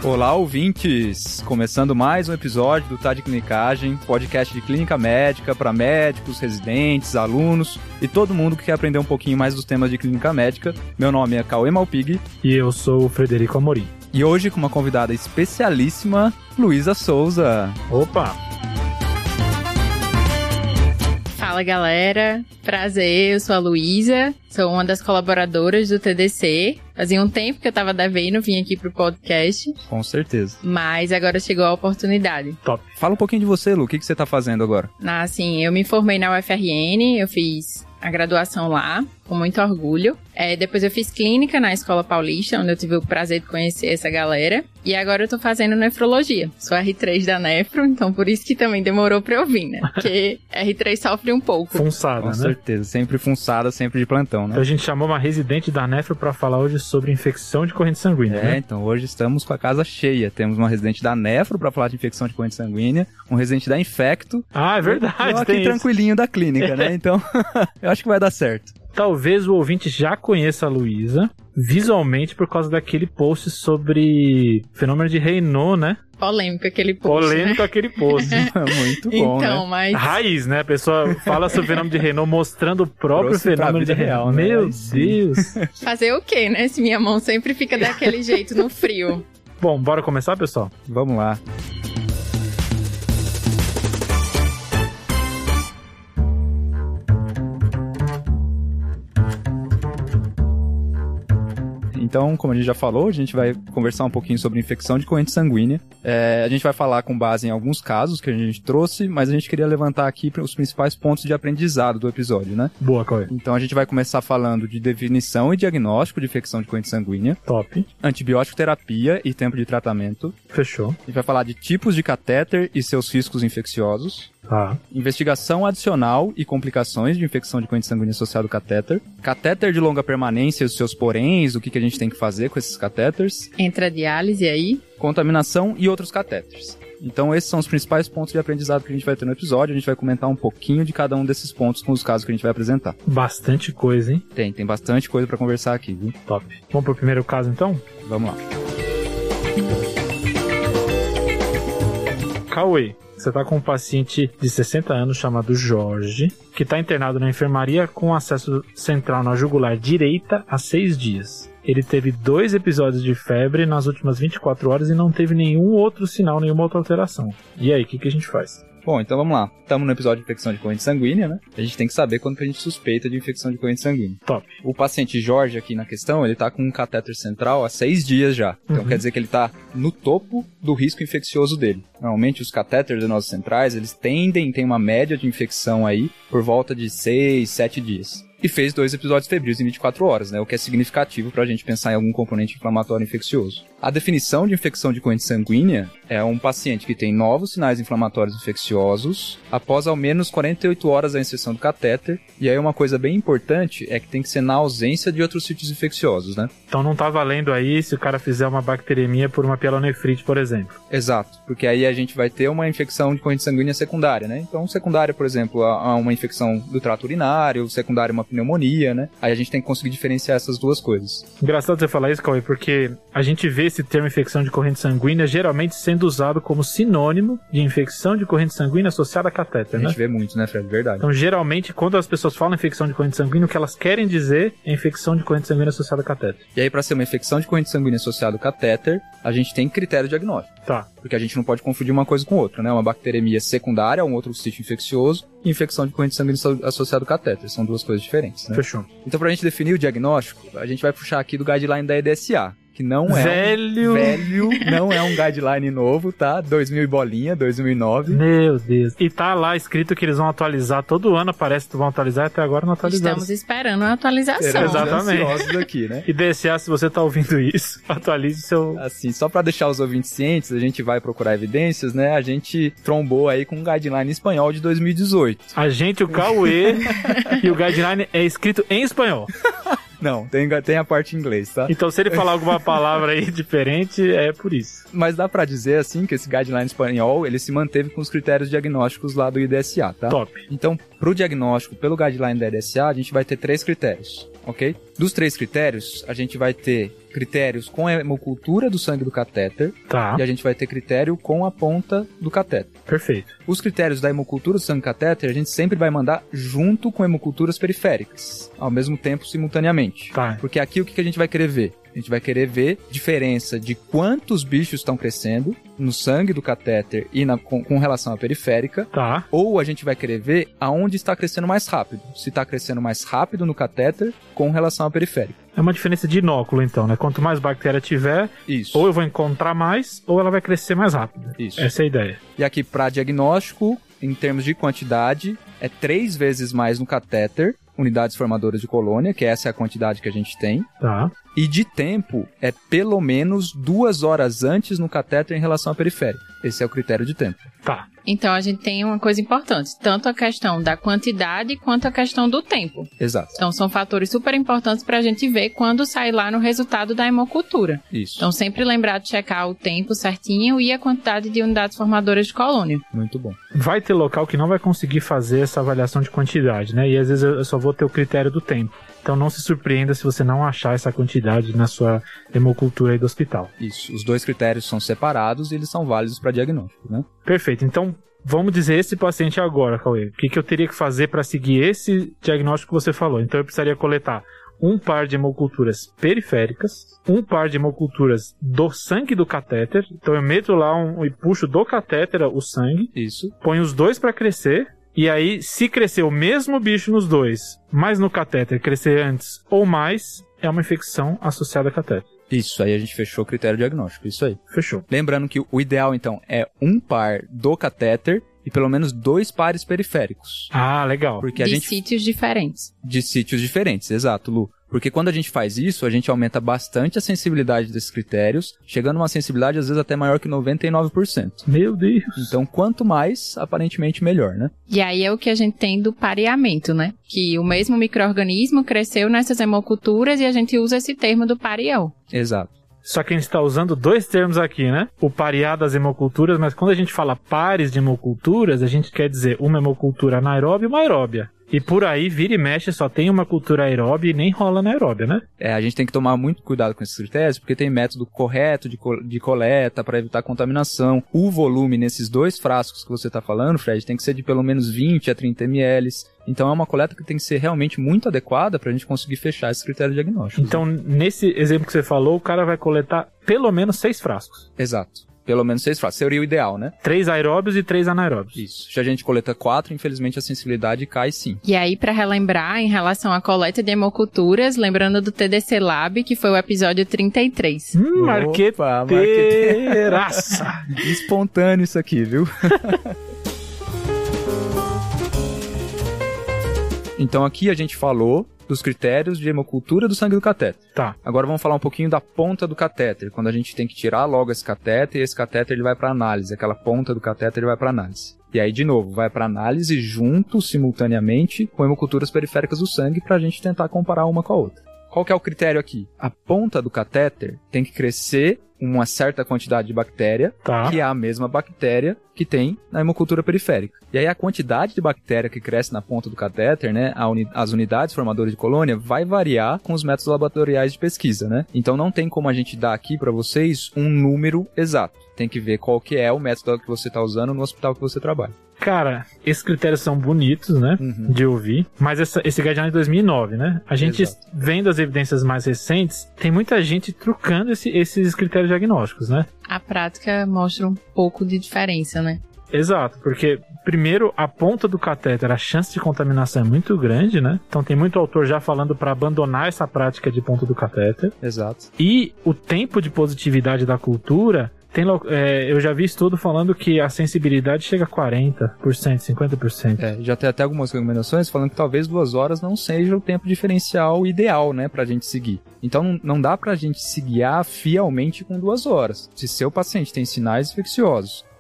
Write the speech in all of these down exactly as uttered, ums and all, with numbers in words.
Olá, ouvintes! Começando mais um episódio do Tá de Clinicagem, podcast de clínica médica para médicos, residentes, alunos e todo mundo que quer aprender um pouquinho mais dos temas de clínica médica. Meu nome é Cauê Malpig. E eu sou o Frederico Amorim. E hoje com uma convidada especialíssima, Luísa Souza. Opa! Fala, galera. Prazer, eu sou a Luísa, sou uma das colaboradoras do T D C. Fazia um tempo que eu tava devendo vir aqui pro podcast. Com certeza. Mas agora chegou a oportunidade. Top. Fala um pouquinho de você, Lu. O que, que você tá fazendo agora? Ah, assim, eu me formei na U F R N, eu fiz a graduação lá, com muito orgulho. É, depois eu fiz clínica na Escola Paulista, onde eu tive o prazer de conhecer essa galera. E agora eu tô fazendo nefrologia. Sou R três da Nefro, então por isso que também demorou pra eu vir, né? Porque R três sofre um pouco. Funçada, Com né? certeza. Sempre funçada, sempre de plantão, né? Então a gente chamou uma residente da Nefro pra falar hoje sobre infecção de corrente sanguínea, É, né? então hoje estamos com a casa cheia. Temos uma residente da Nefro pra falar de infecção de corrente sanguínea, um residente da Infecto. Ah, é verdade, Eu aqui tem isso. tranquilinho da clínica, né? Então, eu acho que vai dar certo. Talvez o ouvinte já conheça a Luísa visualmente por causa daquele post sobre fenômeno de Raynaud, né? Polêmico aquele post, Polêmico né? aquele post. Muito bom, Então, né? mas... Raiz, né? A pessoa fala sobre o fenômeno de Raynaud mostrando o próprio Trouxe pra fenômeno de vida real, Raynaud. né? Meu Aí sim. Deus. Fazer o quê, né? Se minha mão sempre fica daquele jeito no frio. Bom, bora começar, pessoal? Vamos lá. Então, como a gente já falou, a gente vai conversar um pouquinho sobre infecção de corrente sanguínea. É, a gente vai falar com base em alguns casos que a gente trouxe, mas a gente queria levantar aqui os principais pontos de aprendizado do episódio, né? Boa, Cauê. Então, a gente vai começar falando de definição e diagnóstico de infecção de corrente sanguínea, Top. antibiótico terapia e tempo de tratamento. Fechou. A gente vai falar de tipos de catéter e seus riscos infecciosos. Tá. Investigação adicional e complicações de infecção de corrente sanguínea associada ao catéter. Catéter de longa permanência e os seus poréns, o que, que a gente tem que fazer com esses catéteres. Entra a diálise aí. Contaminação e outros catéteres. Então esses são os principais pontos de aprendizado que a gente vai ter no episódio. A gente vai comentar um pouquinho de cada um desses pontos com os casos que a gente vai apresentar. Bastante coisa, hein? Tem, tem bastante coisa pra conversar aqui, viu? Top. Vamos pro primeiro caso, então? Vamos lá. Cauê, você tá com um paciente de sessenta anos chamado Jorge, que tá internado na enfermaria com acesso central na jugular direita há seis dias. Ele teve dois episódios de febre nas últimas vinte e quatro horas e não teve nenhum outro sinal, nenhuma outra alteração. E aí, o que, que a gente faz? Bom, então vamos lá. Estamos no episódio de infecção de corrente sanguínea, né? A gente tem que saber quando que a gente suspeita de infecção de corrente sanguínea. Top. O paciente Jorge aqui na questão, ele tá com um catéter central há seis dias já. Então Uhum. quer dizer que ele tá no topo do risco infeccioso dele. Normalmente os catéteres venosos centrais, eles tendem, tem uma média de infecção aí por volta de seis, sete dias. E fez dois episódios febris em vinte e quatro horas, né? O que é significativo pra gente pensar em algum componente inflamatório infeccioso. A definição de infecção de corrente sanguínea é um paciente que tem novos sinais inflamatórios infecciosos após ao menos quarenta e oito horas da inserção do catéter. E aí uma coisa bem importante é que tem que ser na ausência de outros sítios infecciosos, né? Então não tá valendo aí se o cara fizer uma bacteremia por uma pielonefrite, por exemplo. Exato, porque aí a gente vai ter uma infecção de corrente sanguínea secundária, né? Então secundária, por exemplo, a, a uma infecção do trato urinário, secundária uma pneumonia, né? Aí a gente tem que conseguir diferenciar essas duas coisas. Engraçado você falar isso, Cauê, porque a gente vê esse termo infecção de corrente sanguínea geralmente sendo usado como sinônimo de infecção de corrente sanguínea associada a catéter, A né? gente vê muito, né, Fred? Verdade. Então, geralmente, quando as pessoas falam infecção de corrente sanguínea, o que elas querem dizer é infecção de corrente sanguínea associada a catéter. E aí, para ser uma infecção de corrente sanguínea associada ao catéter, a gente tem critério diagnóstico. Tá. Porque a gente não pode confundir uma coisa com outra, né? Uma bacteremia secundária, um outro sítio infeccioso, e infecção de corrente sanguínea associada ao catéter. São duas coisas diferentes, né? Fechou. Então, pra gente definir o diagnóstico, a gente vai puxar aqui do guideline da E D S A, que não é Velho. um velho, não é um guideline novo, tá? dois mil e bolinha, dois mil e nove. Meu Deus. E tá lá escrito que eles vão atualizar todo ano, parece que vão atualizar, e até agora não atualizaram. Estamos esperando a atualização. Seremos Exatamente. ansiosos aqui, né? E D S A, se você tá ouvindo isso, atualize seu... Assim, só pra deixar os ouvintes cientes, a gente vai procurar evidências, né? A gente trombou aí com um guideline espanhol de dois mil e dezoito. A gente, o Cauê, e o guideline é escrito em espanhol. Não, tem, tem a parte em inglês, tá? Então, se ele falar alguma palavra aí diferente, é por isso. Mas dá pra dizer, assim, que esse guideline espanhol, ele se manteve com os critérios diagnósticos lá do I D S A, tá? Top. Então, pro diagnóstico pelo guideline da I D S A, a gente vai ter três critérios, ok? Dos três critérios, a gente vai ter critérios com a hemocultura do sangue do catéter Tá. e a gente vai ter critério com a ponta do catéter. Perfeito. Os critérios da hemocultura do sangue do catéter a gente sempre vai mandar junto com hemoculturas periféricas, ao mesmo tempo, simultaneamente. Tá. Porque aqui o que a gente vai querer ver? A gente vai querer ver diferença de quantos bichos estão crescendo no sangue do catéter e na, com, com relação à periférica. Tá. Ou a gente vai querer ver aonde está crescendo mais rápido. Se está crescendo mais rápido no catéter com relação à periférica. É uma diferença de inóculo, então, né? Quanto mais bactéria tiver, Isso. ou eu vou encontrar mais, ou ela vai crescer mais rápido. Isso. Essa é a ideia. E aqui, para diagnóstico, em termos de quantidade, é três vezes mais no catéter, unidades formadoras de colônia, que essa é a quantidade que a gente tem. Tá. E de tempo, é pelo menos duas horas antes no catéter em relação à periférica. Esse é o critério de tempo. Tá. Então a gente tem uma coisa importante, tanto a questão da quantidade quanto a questão do tempo. Exato. Então são fatores super importantes para a gente ver quando sai lá no resultado da hemocultura. Isso. Então sempre lembrar de checar o tempo certinho e a quantidade de unidades formadoras de colônia. Muito bom. Vai ter local que não vai conseguir fazer essa avaliação de quantidade, né? E às vezes eu só vou ter o critério do tempo. Então não se surpreenda se você não achar essa quantidade na sua hemocultura aí do hospital. Isso. Os dois critérios são separados e eles são válidos para diagnóstico, né? Perfeito. Então, vamos dizer esse paciente agora, Cauê. O que, que eu teria que fazer para seguir esse diagnóstico que você falou? Então eu precisaria coletar um par de hemoculturas periféricas, um par de hemoculturas do sangue do catéter. Então eu meto lá um, e puxo do catéter o sangue. Isso. Ponho os dois para crescer. E aí, se crescer o mesmo bicho nos dois, mas no catéter crescer antes ou mais, é uma infecção associada a catéter. Isso, aí a gente fechou o critério diagnóstico, isso aí. Fechou. Lembrando que o ideal, então, é um par do catéter e pelo menos dois pares periféricos. Ah, legal. Porque a de gente... sítios diferentes. De sítios diferentes, exato, Lu. Porque quando a gente faz isso, a gente aumenta bastante a sensibilidade desses critérios, chegando a uma sensibilidade às vezes até maior que noventa e nove por cento. Meu Deus. Então, quanto mais, aparentemente melhor, né? E aí é o que a gente tem do pareamento, né? Que o mesmo micro-organismo cresceu nessas hemoculturas e a gente usa esse termo do parião. Exato. Só que a gente está usando dois termos aqui, né? O parear das hemoculturas, mas quando a gente fala pares de hemoculturas, a gente quer dizer uma hemocultura anaeróbia e uma aeróbia. E por aí, vira e mexe, só tem uma cultura aeróbia e nem rola na aeróbia, né? É, a gente tem que tomar muito cuidado com esses critérios, porque tem método correto de, co- de coleta para evitar contaminação. O volume nesses dois frascos que você está falando, Fred, tem que ser de pelo menos vinte a trinta mililitros. Então é uma coleta que tem que ser realmente muito adequada para a gente conseguir fechar esse critério diagnóstico. Então, nesse exemplo que você falou, o cara vai coletar pelo menos seis frascos. Exato. Pelo menos seis frascos. Seria o ideal, né? Três aeróbios e três anaeróbios. Isso. Se a gente coleta quatro, infelizmente a sensibilidade cai sim. E aí, para relembrar, em relação à coleta de hemoculturas, lembrando do T D C Lab, que foi o episódio trinta e três. Hum, Opa, marqueteiraça! Espontâneo isso aqui, viu? Então aqui a gente falou dos critérios de hemocultura do sangue do catéter. Tá. Agora vamos falar um pouquinho da ponta do catéter, quando a gente tem que tirar logo esse catéter e esse catéter ele vai para análise, aquela ponta do catéter ele vai para análise. E aí, de novo, vai para análise junto, simultaneamente, com hemoculturas periféricas do sangue para a gente tentar comparar uma com a outra. Qual que é o critério aqui? A ponta do catéter tem que crescer uma certa quantidade de bactéria, Tá. que é a mesma bactéria que tem na hemocultura periférica. E aí a quantidade de bactéria que cresce na ponta do catéter, né, a uni- as unidades formadoras de colônia, vai variar com os métodos laboratoriais de pesquisa, né? Então não tem como a gente dar aqui para vocês um número exato. Tem que ver qual que é o método que você está usando no hospital que você trabalha. Cara, esses critérios são bonitos, né? Uhum. De ouvir. Mas essa, esse guideline é de dois mil e nove, né? A gente, Exato. vendo as evidências mais recentes, tem muita gente trucando esse- esses critérios diagnósticos, né? A prática mostra um pouco de diferença, né? Exato, porque primeiro a ponta do catéter, a chance de contaminação é muito grande, né? Então tem muito autor já falando para abandonar essa prática de ponta do catéter. Exato. E o tempo de positividade da cultura, tem, lo- é, eu já vi estudo falando que a sensibilidade chega a quarenta por cento, cinquenta por cento. É, já tem até algumas recomendações falando que talvez duas horas não seja o tempo diferencial ideal, né, pra gente seguir. Então não, não dá pra gente se guiar fielmente com duas horas. Se seu paciente tem sinais infecciosos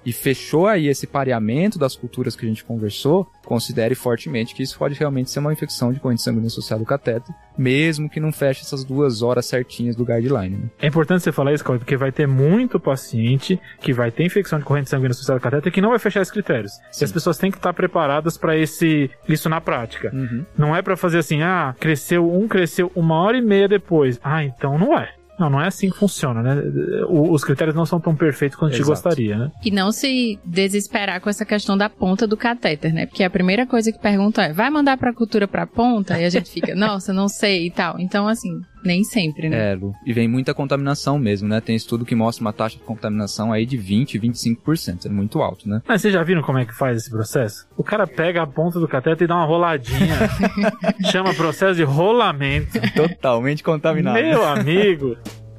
e fechou aí esse pareamento das culturas que a gente conversou, considere fortemente que isso pode realmente ser uma infecção de corrente sanguínea associada ao catéter, mesmo que não feche essas duas horas certinhas do guideline. Né? É importante você falar isso, Cauê, porque vai ter muito paciente que vai ter infecção de corrente sanguínea associada ao catéter que não vai fechar esses critérios. Sim. E as pessoas têm que estar preparadas para esse isso na prática. Uhum. Não é para fazer assim, ah, cresceu um, cresceu uma hora e meia depois. Ah, então não é. Não, não é assim que funciona, né? Os critérios não são tão perfeitos quanto a gente gostaria, né? E não se desesperar com essa questão da ponta do catéter, né? Porque a primeira coisa que perguntam é, vai mandar pra cultura pra ponta? E a gente fica, nossa, não sei e tal. Então, assim, nem sempre, né? É, Lu. E vem muita contaminação mesmo, né? Tem estudo que mostra uma taxa de contaminação aí de vinte, vinte e cinco por cento. É muito alto, né? Mas vocês já viram como é que faz esse processo? O cara pega a ponta do catéter e dá uma roladinha. Chama processo de rolamento. Totalmente contaminado. Meu amigo...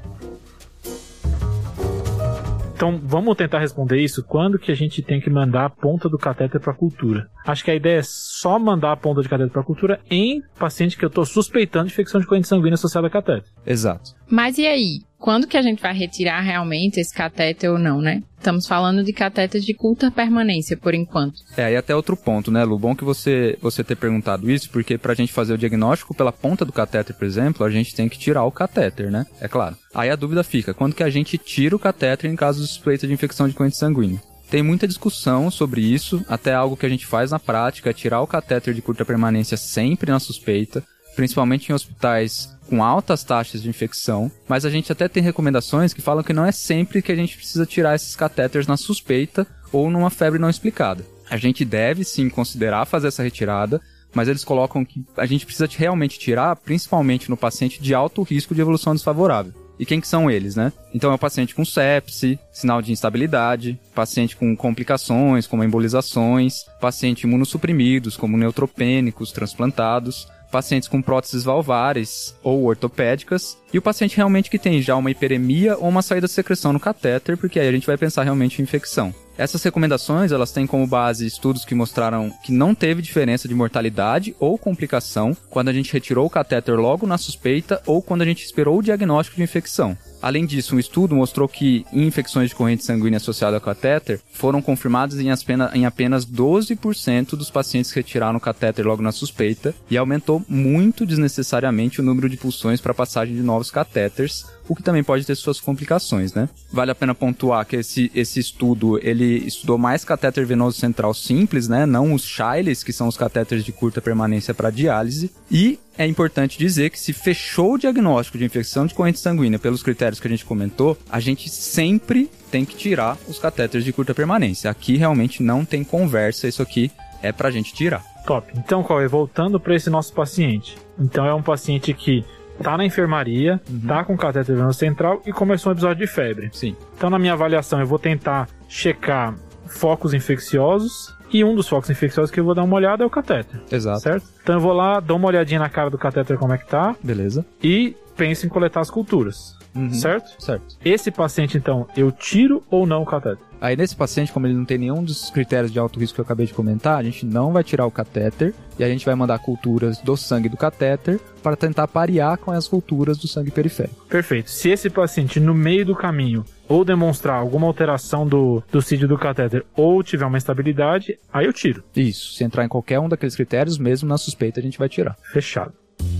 Então, vamos tentar responder isso. Quando que a gente tem que mandar a ponta do catéter para a cultura? Acho que a ideia é só mandar a ponta de catéter para a cultura em paciente que eu estou suspeitando de infecção de corrente sanguínea associada a catéter. Exato. Mas e aí? Quando que a gente vai retirar realmente esse catéter ou não, né? Estamos falando de catéteres de curta permanência, por enquanto. É, aí até outro ponto, né, Lu? Bom que você, você ter perguntado isso, porque pra gente fazer o diagnóstico pela ponta do catéter, por exemplo, a gente tem que tirar o catéter, né? É claro. Aí a dúvida fica, quando que a gente tira o catéter em caso de suspeita de infecção de corrente sanguínea? Tem muita discussão sobre isso, até algo que a gente faz na prática, é tirar o catéter de curta permanência sempre na suspeita, principalmente em hospitais com altas taxas de infecção, mas a gente até tem recomendações que falam que não é sempre que a gente precisa tirar esses catéteres na suspeita ou numa febre não explicada. A gente deve sim considerar fazer essa retirada, mas eles colocam que a gente precisa realmente tirar, principalmente no paciente de alto risco de evolução desfavorável. E quem que são eles, né? Então é o paciente com sepse, sinal de instabilidade, paciente com complicações como embolizações, paciente imunossuprimidos como neutropênicos, transplantados, pacientes com próteses valvares ou ortopédicas, e o paciente realmente que tem já uma hiperemia ou uma saída de secreção no catéter, porque aí a gente vai pensar realmente em infecção. Essas recomendações, elas têm como base estudos que mostraram que não teve diferença de mortalidade ou complicação quando a gente retirou o catéter logo na suspeita ou quando a gente esperou o diagnóstico de infecção. Além disso, um estudo mostrou que infecções de corrente sanguínea associada ao catéter foram confirmadas em apenas, em apenas doze por cento dos pacientes que retiraram o catéter logo na suspeita e aumentou muito desnecessariamente o número de pulsões para passagem de novos catéteres, o que também pode ter suas complicações, né? Vale a pena pontuar que esse, esse estudo, ele estudou mais catéter venoso central simples, né? Não os Shileys, que são os catéteres de curta permanência para diálise. E é importante dizer que se fechou o diagnóstico de infecção de corrente sanguínea pelos critérios que a gente comentou, a gente sempre tem que tirar os catéteres de curta permanência. Aqui realmente não tem conversa, isso aqui é pra gente tirar. Top. Então, Cauê, voltando para esse nosso paciente. Então é um paciente que tá na enfermaria, uhum. tá com catéter venoso central e começou um episódio de febre. Sim. Então, na minha avaliação, eu vou tentar checar focos infecciosos e um dos focos infecciosos que eu vou dar uma olhada é o catéter. Exato. Certo? Então, eu vou lá, dou uma olhadinha na cara do catéter como é que tá. Beleza. E penso em coletar as culturas. Uhum. Certo? Certo. Esse paciente, então, eu tiro ou não o catéter? Aí nesse paciente, como ele não tem nenhum dos critérios de alto risco que eu acabei de comentar, a gente não vai tirar o catéter e a gente vai mandar culturas do sangue do catéter para tentar parear com as culturas do sangue periférico. Perfeito. Se esse paciente, no meio do caminho, ou demonstrar alguma alteração do, do sídio do catéter ou tiver uma instabilidade, aí eu tiro. Isso. Se entrar em qualquer um daqueles critérios, mesmo na suspeita, a gente vai tirar. Fechado.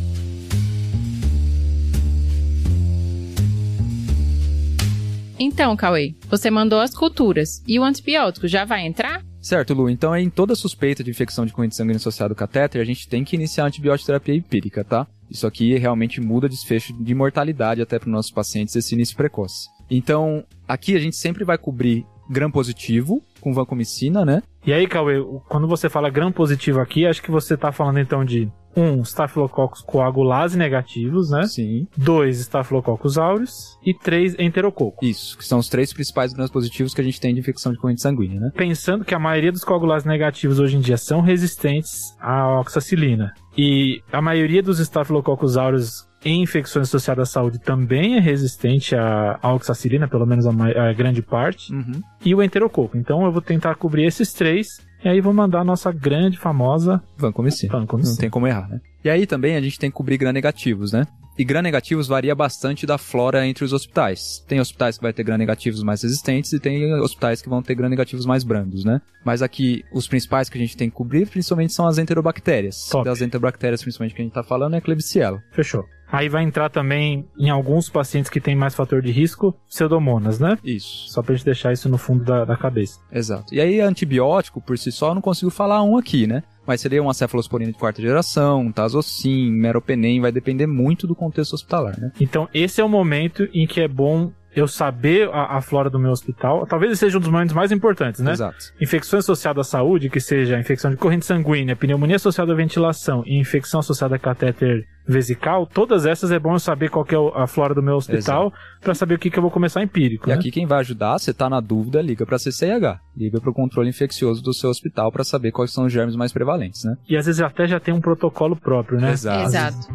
Então, Cauê, você mandou as culturas. E o antibiótico já vai entrar? Certo, Lu. Então, em toda suspeita de infecção de corrente sanguínea associada ao catéter, a gente tem que iniciar a antibiótico-terapia empírica, tá? Isso aqui realmente muda desfecho de mortalidade até para os nossos pacientes, esse início precoce. Então, aqui a gente sempre vai cobrir gram positivo com vancomicina, né? E aí, Cauê, quando você fala gram positivo aqui, acho que você tá falando então de um, Staphylococcus coagulase negativos, né? Sim. Dois, Staphylococcus aureus. E três, enterococo. Isso, que são os três principais grãos positivos que a gente tem de infecção de corrente sanguínea, né? Pensando que a maioria dos coagulases negativos hoje em dia são resistentes à oxacilina. E a maioria dos Staphylococcus aureus em infecções associadas à saúde também é resistente à, à oxacilina, pelo menos a, a grande parte. Uhum. E o enterococo. Então eu vou tentar cobrir esses três. E aí vou mandar a nossa grande, famosa vancomicina. vancomicina. Não tem como errar, né? E aí também a gente tem que cobrir gram negativos, né? E gram-negativos varia bastante da flora entre os hospitais. Tem hospitais que vai ter gram-negativos mais resistentes e tem hospitais que vão ter gram-negativos mais brandos, né? Mas aqui, os principais que a gente tem que cobrir, principalmente, são as enterobactérias. Top. Das enterobactérias, principalmente, que a gente tá falando, é Klebsiella. Fechou. Aí vai entrar também, em alguns pacientes que têm mais fator de risco, pseudomonas, né? Isso. Só pra gente deixar isso no fundo da, da cabeça. Exato. E aí, antibiótico, por si só, eu não consigo falar um aqui, né? Mas seria uma cefalosporina de quarta geração, um tazocin, meropenem, vai depender muito do contexto hospitalar, né? Então, esse é o momento em que é bom eu saber a, a flora do meu hospital. Talvez esse seja um dos momentos mais importantes, né? Exato. Infecções associadas à saúde, que seja infecção de corrente sanguínea, pneumonia associada à ventilação e infecção associada a catéter vesical, todas essas é bom eu saber qual que é a flora do meu hospital para saber o que, que eu vou começar empírico. E né? aqui quem vai ajudar, você tá na dúvida, liga para C C I H. Liga para o controle infeccioso do seu hospital para saber quais são os germes mais prevalentes, né? E às vezes até já tem um protocolo próprio, né? Exato. Exato.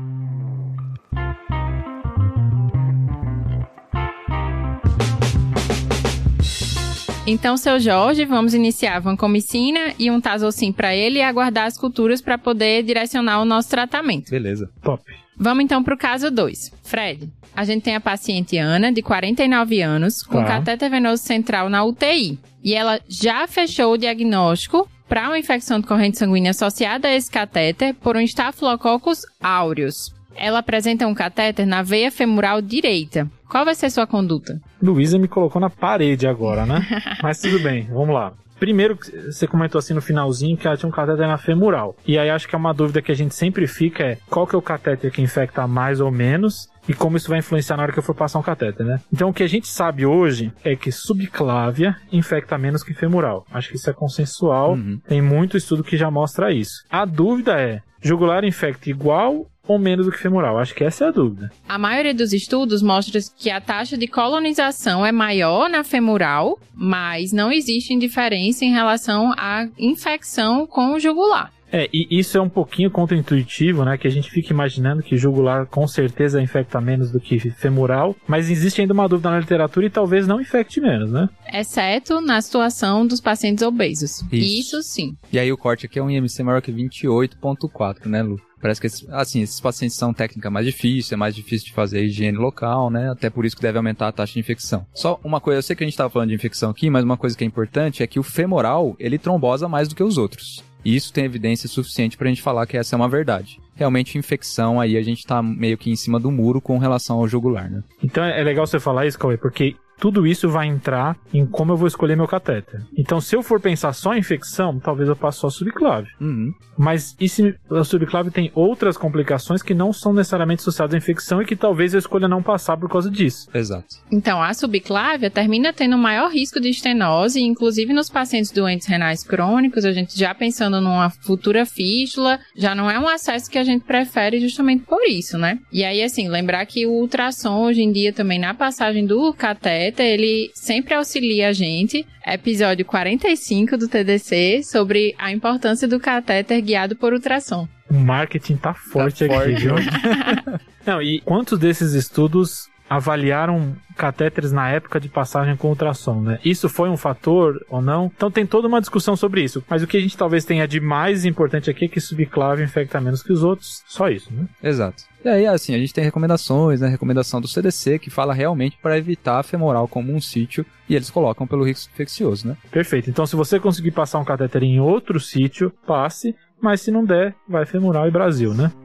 Então, seu Jorge, vamos iniciar a vancomicina e um tazocin para ele e aguardar as culturas para poder direcionar o nosso tratamento. Beleza. Top. Vamos então para o caso dois. Fred, a gente tem a paciente Ana, de quarenta e nove anos, com Tá. catéter venoso central na U T I. E ela já fechou o diagnóstico para uma infecção de corrente sanguínea associada a esse catéter por um Staphylococcus aureus. Ela apresenta um catéter na veia femoral direita. Qual vai ser sua conduta? Luísa me colocou na parede agora, né? Mas tudo bem, vamos lá. Primeiro, você comentou assim no finalzinho que ela tinha um catéter na femoral. E aí acho que é uma dúvida que a gente sempre fica é qual que é o catéter que infecta mais ou menos e como isso vai influenciar na hora que eu for passar um catéter, né? Então o que a gente sabe hoje é que subclávia infecta menos que femoral. Acho que isso é consensual. Uhum. Tem muito estudo que já mostra isso. A dúvida é, jugular infecta igual ou menos do que femoral? Acho que essa é a dúvida. A maioria dos estudos mostra que a taxa de colonização é maior na femoral, mas não existe diferença em relação à infecção com o jugular. É, e isso é um pouquinho contraintuitivo, né? Que a gente fica imaginando que jugular com certeza infecta menos do que femoral, mas existe ainda uma dúvida na literatura e talvez não infecte menos, né? Exceto na situação dos pacientes obesos. Isso. Isso sim. E aí o corte aqui é um I M C maior que vinte e oito ponto quatro, né, Lu? Parece que, esses, assim, esses pacientes são técnica mais difícil, é mais difícil de fazer a higiene local, né? Até por isso que deve aumentar a taxa de infecção. Só uma coisa, eu sei que a gente estava falando de infecção aqui, mas uma coisa que é importante é que o femoral, ele trombosa mais do que os outros. E isso tem evidência suficiente pra gente falar que essa é uma verdade. Realmente, infecção, aí a gente tá meio que em cima do muro com relação ao jugular, né? Então é legal você falar isso, Cauê, porque tudo isso vai entrar em como eu vou escolher meu catéter. Então, se eu for pensar só em infecção, talvez eu passe só subclave. Uhum. Mas e se a subclave tem outras complicações que não são necessariamente associadas à infecção e que talvez eu escolha não passar por causa disso? Exato. Então, a subclávia termina tendo maior risco de estenose, inclusive nos pacientes doentes renais crônicos, a gente já pensando numa futura fístula, já não é um acesso que a gente prefere justamente por isso, né? E aí, assim, lembrar que o ultrassom hoje em dia também na passagem do catéter, ele sempre auxilia a gente. Episódio quarenta e cinco do T D C sobre a importância do catéter guiado por ultrassom. O marketing tá forte Tá aqui, forte. viu? Não, e quantos desses estudos avaliaram catéteres na época de passagem com ultrassom, né? Isso foi um fator ou não? Então tem toda uma discussão sobre isso. Mas o que a gente talvez tenha de mais importante aqui é que subclave infecta menos que os outros. Só isso, né? Exato. E aí, assim, a gente tem recomendações, né? Recomendação do C D C, que fala realmente para evitar a femoral como um sítio, e eles colocam pelo risco infeccioso, né? Perfeito. Então se você conseguir passar um catéter em outro sítio, passe. Mas se não der, vai femoral e Brasil, né?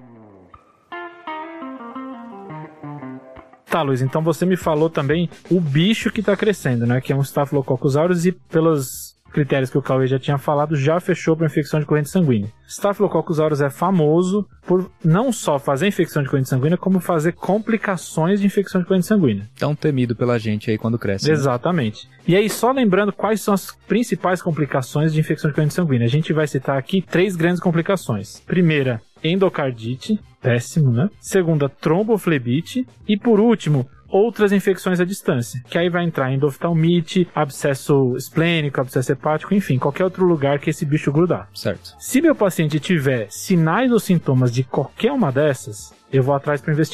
Tá, Luiz, então você me falou também o bicho que tá crescendo, né? Que é um Staphylococcus aureus e pelos critérios que o Cauê já tinha falado, já fechou para infecção de corrente sanguínea. Staphylococcus aureus é famoso por não só fazer infecção de corrente sanguínea, como fazer complicações de infecção de corrente sanguínea. Tão temido pela gente aí quando cresce. Né? Exatamente. E aí, só lembrando quais são as principais complicações de infecção de corrente sanguínea. A gente vai citar aqui três grandes complicações. Primeira, endocardite, péssimo, né? Segunda, tromboflebite. E por último, outras infecções à distância, que aí vai entrar endoftalmite, abscesso esplênico, abscesso hepático, enfim, qualquer outro lugar que esse bicho grudar. Certo. Se meu paciente tiver sinais ou sintomas de qualquer uma dessas, eu vou atrás para investigar.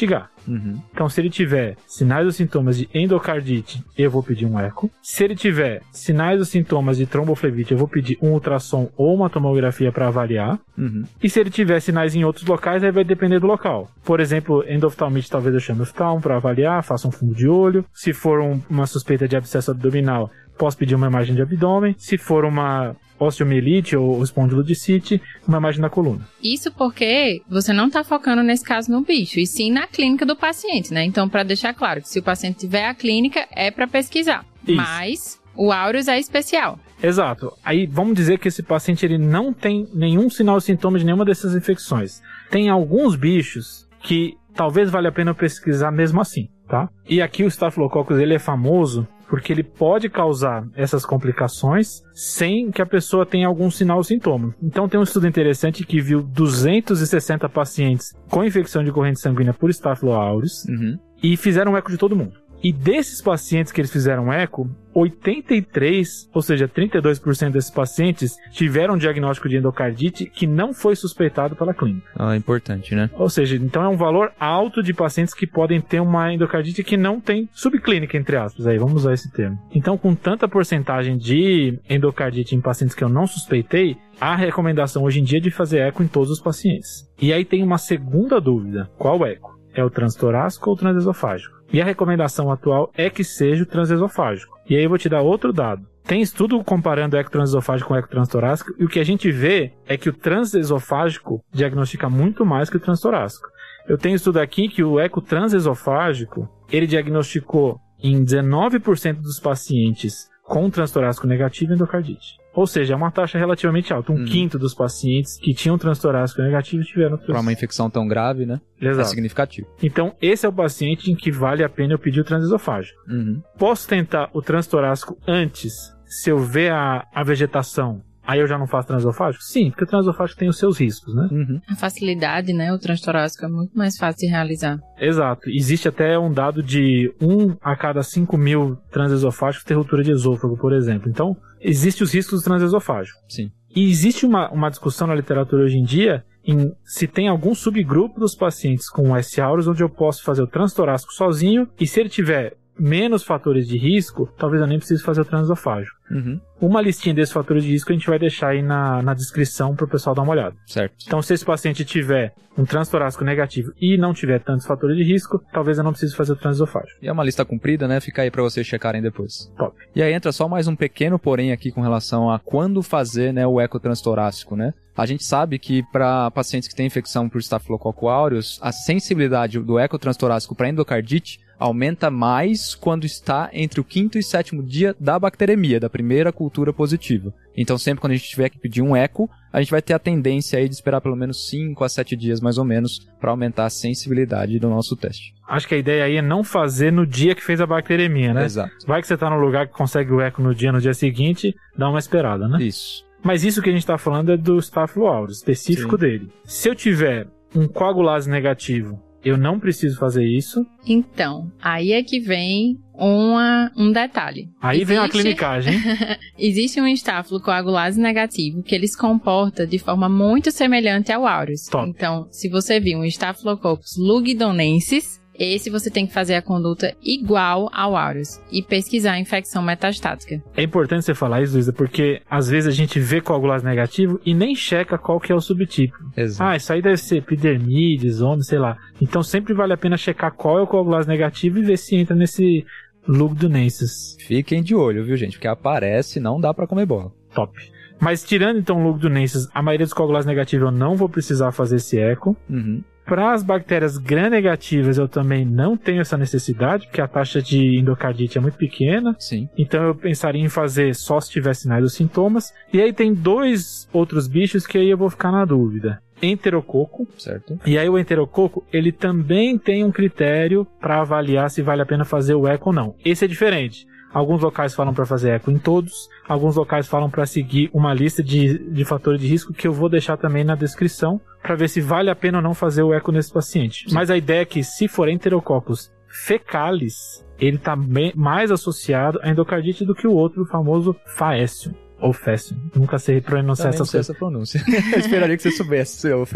Uhum. Então, se ele tiver sinais ou sintomas de endocardite, eu vou pedir um eco. Se ele tiver sinais ou sintomas de tromboflebite, eu vou pedir um ultrassom ou uma tomografia para avaliar. Uhum. E se ele tiver sinais em outros locais, aí vai depender do local. Por exemplo, endoftalmite, talvez eu chame o oftalmo para avaliar, faça um fundo de olho. Se for um, uma suspeita de abscesso abdominal, posso pedir uma imagem de abdômen. Se for uma osteomielite ou espondilodicite, uma imagem da coluna. Isso porque você não está focando nesse caso no bicho, e sim na clínica do paciente, né? Então, para deixar claro que se o paciente tiver a clínica, é para pesquisar. Isso. Mas o aureus é especial. Exato. Aí vamos dizer que esse paciente ele não tem nenhum sinal ou sintoma de nenhuma dessas infecções. Tem alguns bichos que talvez valha a pena pesquisar mesmo assim, tá? E aqui o Staphylococcus ele é famoso porque ele pode causar essas complicações sem que a pessoa tenha algum sinal ou sintoma. Então tem um estudo interessante que viu duzentos e sessenta pacientes com infecção de corrente sanguínea por Staphylo aureus Uhum. e fizeram um eco de todo mundo. E desses pacientes que eles fizeram eco, oitenta e três, ou seja, trinta e dois por cento desses pacientes tiveram um diagnóstico de endocardite que não foi suspeitado pela clínica. Ah, importante, né? Ou seja, então é um valor alto de pacientes que podem ter uma endocardite que não tem subclínica, entre aspas. Aí, vamos usar esse termo. Então, com tanta porcentagem de endocardite em pacientes que eu não suspeitei, a recomendação hoje em dia é de fazer eco em todos os pacientes. E aí tem uma segunda dúvida. Qual eco? É o transtorácico ou o transesofágico? E a recomendação atual é que seja o transesofágico. E aí eu vou te dar outro dado. Tem estudo comparando o eco transesofágico com o eco transtorácico, e o que a gente vê é que o transesofágico diagnostica muito mais que o transtorácico. Eu tenho estudo aqui que o eco transesofágico, ele diagnosticou em dezenove por cento dos pacientes com transtorácico negativo endocardite. Ou seja, é uma taxa relativamente alta. Um hum. quinto dos pacientes que tinham transtorácico negativo tiveram... Para uma infecção tão grave, né? Exato. É significativo. Então, esse é o paciente em que vale a pena eu pedir o transesofágico. Uhum. Posso tentar o transtorácico antes, se eu ver a, a vegetação, aí eu já não faço transesofágico? Sim, porque o transesofágico tem os seus riscos, né? Uhum. A facilidade, né? O transtorácico é muito mais fácil de realizar. Exato. Existe até um dado de um a cada cinco mil transesofágicos ter ruptura de esôfago, por exemplo. Então, existem os riscos do transesofágico. Sim. E existe uma, uma discussão na literatura hoje em dia em se tem algum subgrupo dos pacientes com S. aureus onde eu posso fazer o transtorácico sozinho, e se ele tiver menos fatores de risco, talvez eu nem precise fazer o transesofágico. Uhum. Uma listinha desses fatores de risco a gente vai deixar aí na, na descrição para o pessoal dar uma olhada. Certo. Então, se esse paciente tiver um transtorácico negativo e não tiver tantos fatores de risco, talvez eu não precise fazer o transesofágico. E é uma lista comprida, né? Fica aí para vocês checarem depois. Top. E aí entra só mais um pequeno porém aqui com relação a quando fazer, né, o eco transtorácico, né? A gente sabe que para pacientes que têm infecção por Staphylococcus aureus, a sensibilidade do eco transtorácico para endocardite aumenta mais quando está entre o quinto e sétimo dia da bacteremia, da primeira cultura positiva. Então, sempre quando a gente tiver que pedir um eco, a gente vai ter a tendência aí de esperar pelo menos cinco a sete dias, mais ou menos, para aumentar a sensibilidade do nosso teste. Acho que a ideia aí é não fazer no dia que fez a bacteremia, né? Exato. Vai que você está num lugar que consegue o eco no dia, no dia seguinte, dá uma esperada, né? Isso. Mas isso que a gente está falando é do Staphylo aureus, específico Sim. dele. Se eu tiver um coagulase negativo, eu não preciso fazer isso. Então, aí é que vem uma, um detalhe. Aí Existe... vem a clinicagem. Existe um Staphylo coagulase negativo que ele se comporta de forma muito semelhante ao aureus. Top. Então, se você viu um Staphylococcus lugdunensis, esse você tem que fazer a conduta igual ao aureus e pesquisar a infecção metastática. É importante você falar isso, Luísa, porque às vezes a gente vê coagulase negativo e nem checa qual que é o subtipo. Exato. Ah, isso aí deve ser epidermide, zona, sei lá. Então sempre vale a pena checar qual é o coagulase negativo e ver se entra nesse lugdunensis. Fiquem de olho, viu, gente? Porque aparece, não dá pra comer bola. Top. Mas tirando então o lugdunensis, a maioria dos coagulases negativos eu não vou precisar fazer esse eco. Uhum. Para as bactérias gram-negativas eu também não tenho essa necessidade, porque a taxa de endocardite é muito pequena. Sim. Então eu pensaria em fazer só se tiver sinais ou sintomas. E aí tem dois outros bichos que aí eu vou ficar na dúvida. Enterococo. Certo. E aí o enterococo, ele também tem um critério para avaliar se vale a pena fazer o eco ou não. Esse é diferente. Alguns locais falam para fazer eco em todos, alguns locais falam para seguir uma lista de, de fatores de risco que eu vou deixar também na descrição para ver se vale a pena ou não fazer o eco nesse paciente. Sim. Mas a ideia é que se for Enterococcus fecalis, ele está mais associado à endocardite do que o outro, o famoso Faecium. Ou Faecium. Nunca sei pronunciar essas coisas. Essa pronúncia. Eu esperaria que você soubesse, seu Fred.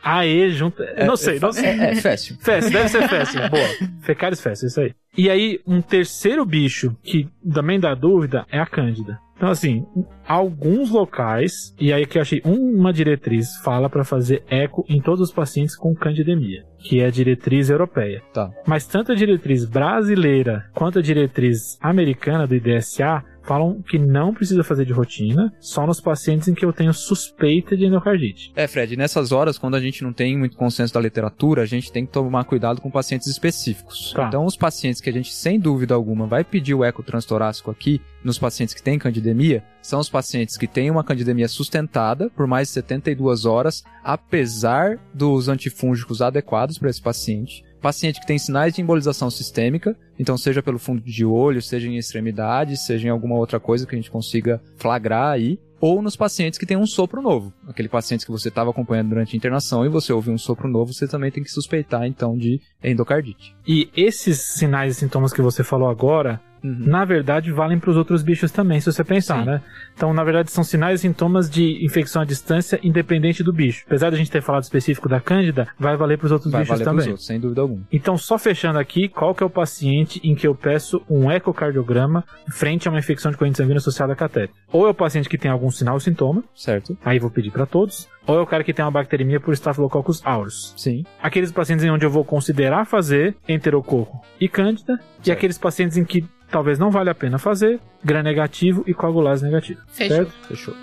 Aê, junta... É, não sei, é, não sei. É, é fácil. Fécil, deve ser fécil. Boa. Fecários fécil, isso aí. E aí, um terceiro bicho que também dá dúvida é a Cândida. Então, assim, alguns locais, e aí que eu achei uma diretriz, fala para fazer eco em todos os pacientes com candidemia, que é a diretriz europeia. Tá. Mas tanto a diretriz brasileira quanto a diretriz americana do I D S A falam que não precisa fazer de rotina, só nos pacientes em que eu tenho suspeita de endocardite. É, Fred, nessas horas, quando a gente não tem muito consenso da literatura, a gente tem que tomar cuidado com pacientes específicos. Tá. Então, os pacientes que a gente, sem dúvida alguma, vai pedir o eco transtorácico aqui, nos pacientes que têm candidemia, são os pacientes que têm uma candidemia sustentada por mais de setenta e duas horas, apesar dos antifúngicos adequados para esse paciente. Paciente que tem sinais de embolização sistêmica, então seja pelo fundo de olho, seja em extremidades, seja em alguma outra coisa que a gente consiga flagrar aí, ou nos pacientes que tem um sopro novo. Aquele paciente que você estava acompanhando durante a internação e você ouve um sopro novo, você também tem que suspeitar, então, de endocardite. E esses sinais e sintomas que você falou agora, uhum. na verdade, valem para os outros bichos também, se você pensar, Sim. né? Então, na verdade, são sinais e sintomas de infecção à distância independente do bicho. Apesar de a gente ter falado específico da Cândida, vai valer para os outros vai bichos valer também. Pros outros, sem dúvida alguma. Então, só fechando aqui, qual que é o paciente em que eu peço um ecocardiograma frente a uma infecção de corrente sanguínea associada a catéter? Ou é o paciente que tem algum sinal ou sintoma, certo? Aí vou pedir para todos. Ou é o cara que tem uma bacteremia por Staphylococcus aureus. Sim. Aqueles pacientes em onde eu vou considerar fazer enterococo e cândida. Certo. E aqueles pacientes em que talvez não vale a pena fazer, gram negativo e coagulase negativo. Fechou. Certo? Fechou.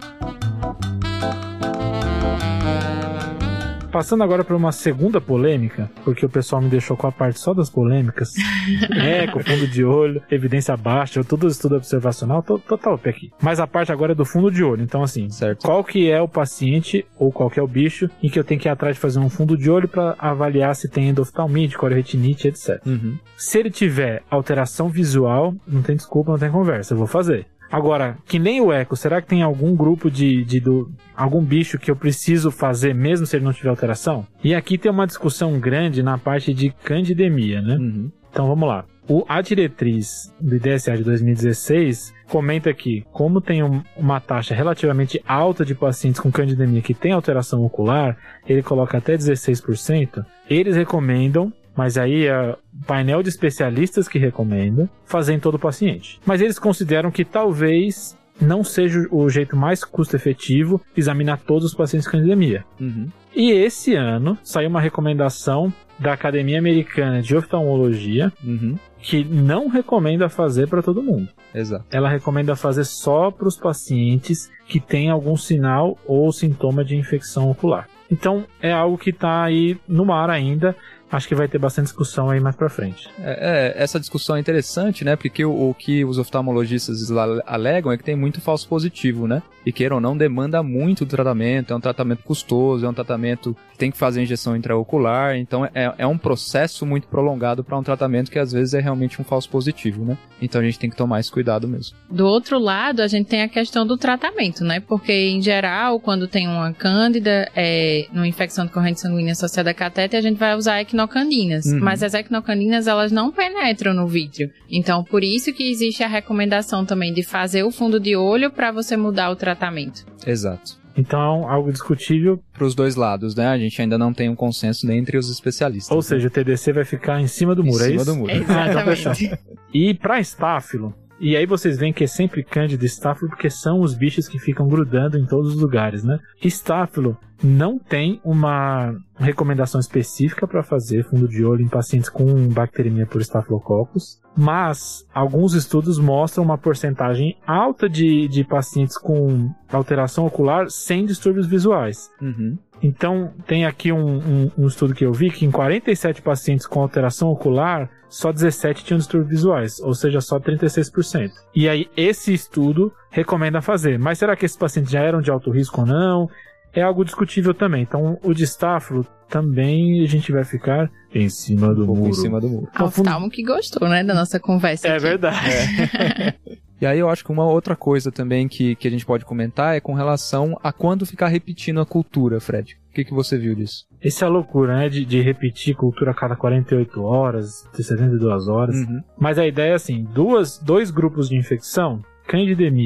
Passando agora para uma segunda polêmica, porque o pessoal me deixou com a parte só das polêmicas. Eco, fundo de olho, evidência baixa, tudo estudo observacional, total up aqui. Mas a parte agora é do fundo de olho. Então, assim, certo. Qual que é o paciente ou qual que é o bicho em que eu tenho que ir atrás de fazer um fundo de olho para avaliar se tem endoftalmite, corioretinite, etcétera. Uhum. Se ele tiver alteração visual, não tem desculpa, não tem conversa, eu vou fazer. Agora, que nem o eco, será que tem algum grupo de, de do, algum bicho que eu preciso fazer mesmo se ele não tiver alteração? E aqui tem uma discussão grande na parte de candidemia, né? Uhum. Então vamos lá. O, a diretriz do I D S A de dois mil e dezesseis comenta que, como tem um, uma taxa relativamente alta de pacientes com candidemia que tem alteração ocular, ele coloca até dezesseis por cento, eles recomendam, mas aí é o painel de especialistas que recomenda fazer em todo o paciente. Mas eles consideram que talvez não seja o jeito mais custo-efetivo examinar todos os pacientes com candidemia. Uhum. E esse ano saiu uma recomendação da Academia Americana de Oftalmologia, uhum. que não recomenda fazer para todo mundo. Exato. Ela recomenda fazer só para os pacientes que têm algum sinal ou sintoma de infecção ocular. Então, é algo que está aí no ar ainda. Acho que vai ter bastante discussão aí mais pra frente. É, é, essa discussão é interessante, né? Porque o, o que os oftalmologistas alegam é que tem muito falso positivo, né? E queira ou não, demanda muito do tratamento, é um tratamento custoso, é um tratamento que tem que fazer injeção intraocular, então é, é um processo muito prolongado para um tratamento que às vezes é realmente um falso positivo, né? Então a gente tem que tomar esse cuidado mesmo. Do outro lado, a gente tem a questão do tratamento, né? Porque, em geral, quando tem uma cândida, é, uma infecção de corrente sanguínea associada a catéter, a gente vai usar equinocandinas. Uhum. Mas as equinocandinas, elas não penetram no vítreo. Então, por isso que existe a recomendação também de fazer o fundo de olho para você mudar o tratamento. Exato. Então, algo discutível para os dois lados, né? A gente ainda não tem um consenso entre os especialistas. Ou né? seja, o T D C vai ficar em cima do muro, em é isso? Em cima do muro. Exatamente. E para estáfilo, e aí vocês veem que é sempre cândida e estáfilo porque são os bichos que ficam grudando em todos os lugares, né? Estáfilo não tem uma recomendação específica para fazer fundo de olho em pacientes com bacteremia por Staphylococcus, mas alguns estudos mostram uma porcentagem alta de, de pacientes com alteração ocular sem distúrbios visuais. Uhum. Então, tem aqui um, um, um estudo que eu vi que em quarenta e sete pacientes com alteração ocular, só dezessete tinham distúrbios visuais, ou seja, só trinta e seis por cento. E aí, esse estudo recomenda fazer. Mas será que esses pacientes já eram de alto risco ou não? É algo discutível também. Então, o de estáfilo também a gente vai ficar em cima do um pouco muro. Em cima do muro. O oftalmo que gostou, né, da nossa conversa É aqui. verdade. É. E aí eu acho que uma outra coisa também que, que a gente pode comentar é com relação a quando ficar repetindo a cultura, Fred. O que, que você viu disso? Essa é a loucura, né? De, de repetir cultura a cada quarenta e oito horas, setenta e duas horas. Uhum. Mas a ideia é assim, duas, dois grupos de infecção, candidemia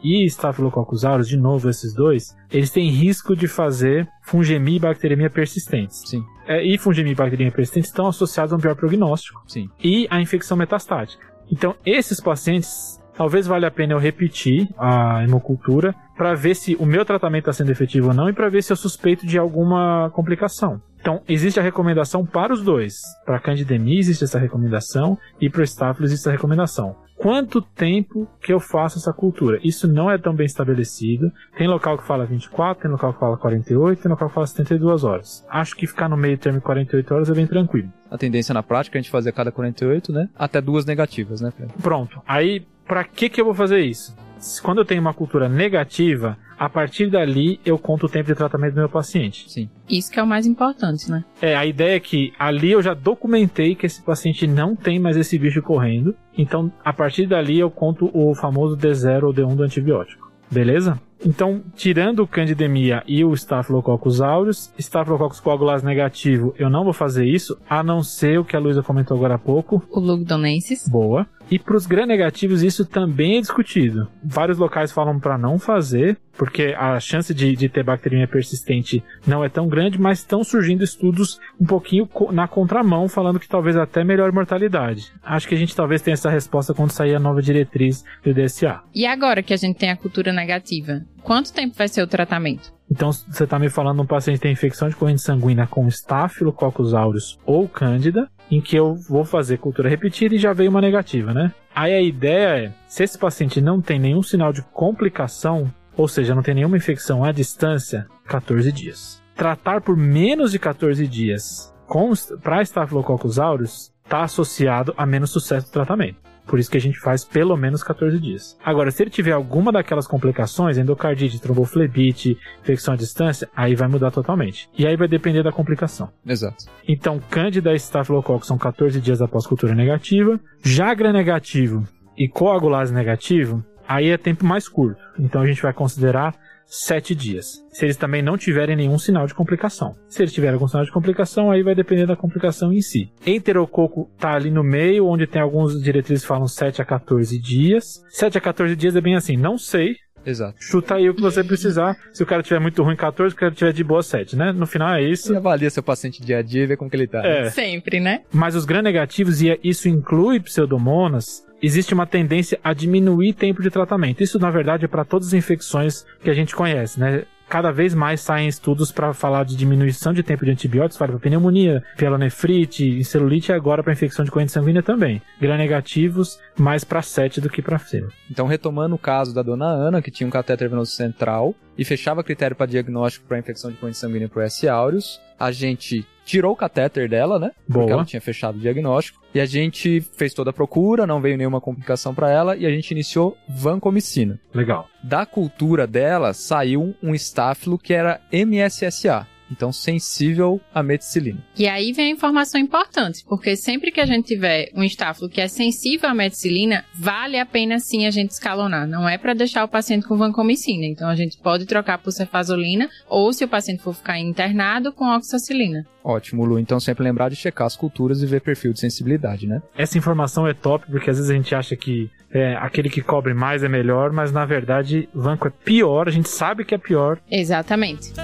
e Staphylococcus aureus, de novo esses dois, eles têm risco de fazer fungemia e bacteremia persistentes. Sim. É, e fungemia e bacteremia persistentes estão associados a um pior prognóstico. Sim. E a infecção metastática. Então, esses pacientes, talvez valha a pena eu repetir a hemocultura para ver se o meu tratamento está sendo efetivo ou não e para ver se eu suspeito de alguma complicação. Então, existe a recomendação para os dois. Para a candidemia existe essa recomendação e para o Staphylo existe essa recomendação. Quanto tempo que eu faço essa cultura? Isso não é tão bem estabelecido. Tem local que fala vinte e quatro, tem local que fala quarenta e oito, tem local que fala setenta e duas horas. Acho que ficar no meio termo de quarenta e oito horas é bem tranquilo. A tendência na prática é a gente fazer a cada quarenta e oito, né? Até duas negativas, né, Pedro? Pronto. Aí, para que que eu vou fazer isso? Quando eu tenho uma cultura negativa, a partir dali eu conto o tempo de tratamento do meu paciente. Sim. Isso que é o mais importante, né? É, a ideia é que ali eu já documentei que esse paciente não tem mais esse bicho correndo. Então, a partir dali eu conto o famoso D zero ou D um do antibiótico. Beleza? Então, tirando o candidemia e o Staphylococcus aureus, Staphylococcus coagulase negativo, eu não vou fazer isso, a não ser o que a Luísa comentou agora há pouco. O lugdunensis. Boa. E para os gram-negativos isso também é discutido. Vários locais falam para não fazer, porque a chance de, de ter bacteremia persistente não é tão grande, mas estão surgindo estudos um pouquinho na contramão, falando que talvez até melhore mortalidade. Acho que a gente talvez tenha essa resposta quando sair a nova diretriz do D S A. E agora que a gente tem a cultura negativa, quanto tempo vai ser o tratamento? Então, você está me falando de um paciente que tem infecção de corrente sanguínea com Staphylococcus aureus ou Cândida, em que eu vou fazer cultura repetida e já veio uma negativa, né? Aí a ideia é, se esse paciente não tem nenhum sinal de complicação, ou seja, não tem nenhuma infecção à distância, quatorze dias. Tratar por menos de quatorze dias para Staphylococcus aureus está associado a menos sucesso do tratamento. Por isso que a gente faz pelo menos quatorze dias. Agora, se ele tiver alguma daquelas complicações, endocardite, tromboflebite, infecção à distância, aí vai mudar totalmente. E aí vai depender da complicação. Exato. Então, Cândida e Staphylococcus são quatorze dias após cultura negativa. Já gram-negativo e coagulase negativo, aí é tempo mais curto. Então, a gente vai considerar sete dias. Se eles também não tiverem nenhum sinal de complicação. Se eles tiverem algum sinal de complicação, aí vai depender da complicação em si. Enterococo tá ali no meio, onde tem alguns diretrizes que falam sete a quatorze dias. sete a quatorze dias é bem assim, não sei. Exato. Chuta aí o que você precisar. Se o cara tiver muito ruim, quatorze, se o cara tiver de boa, sete, né? No final é isso. E avalia seu paciente dia a dia e vê como que ele tá. É. Sempre, né? Mas os gram-negativos, e isso inclui pseudomonas, existe uma tendência a diminuir tempo de tratamento. Isso, na verdade, é para todas as infecções que a gente conhece, né? Cada vez mais saem estudos para falar de diminuição de tempo de antibióticos, para pneumonia, pielonefrite, celulite e agora para infecção de corrente sanguínea também. Gram-negativos, mais para sete do que para cima. Então, retomando o caso da dona Ana, que tinha um catéter venoso central e fechava critério para diagnóstico para infecção de corrente sanguínea por S. aureus, a gente tirou o catéter dela, né? Boa. Porque ela tinha fechado o diagnóstico. E a gente fez toda a procura, não veio nenhuma complicação para ela e a gente iniciou vancomicina. Legal. Da cultura dela, saiu um estáfilo que era M S S A. Então, sensível à meticilina. E aí vem a informação importante, porque sempre que a gente tiver um estáfilo que é sensível à meticilina, vale a pena sim a gente escalonar. Não é para deixar o paciente com vancomicina. Então, a gente pode trocar por cefazolina ou, se o paciente for ficar internado, com oxacilina. Ótimo, Lu. Então, sempre lembrar de checar as culturas e ver perfil de sensibilidade, né? Essa informação é top, porque às vezes a gente acha que é, aquele que cobre mais é melhor, mas na verdade, vanco é pior, a gente sabe que é pior. Exatamente.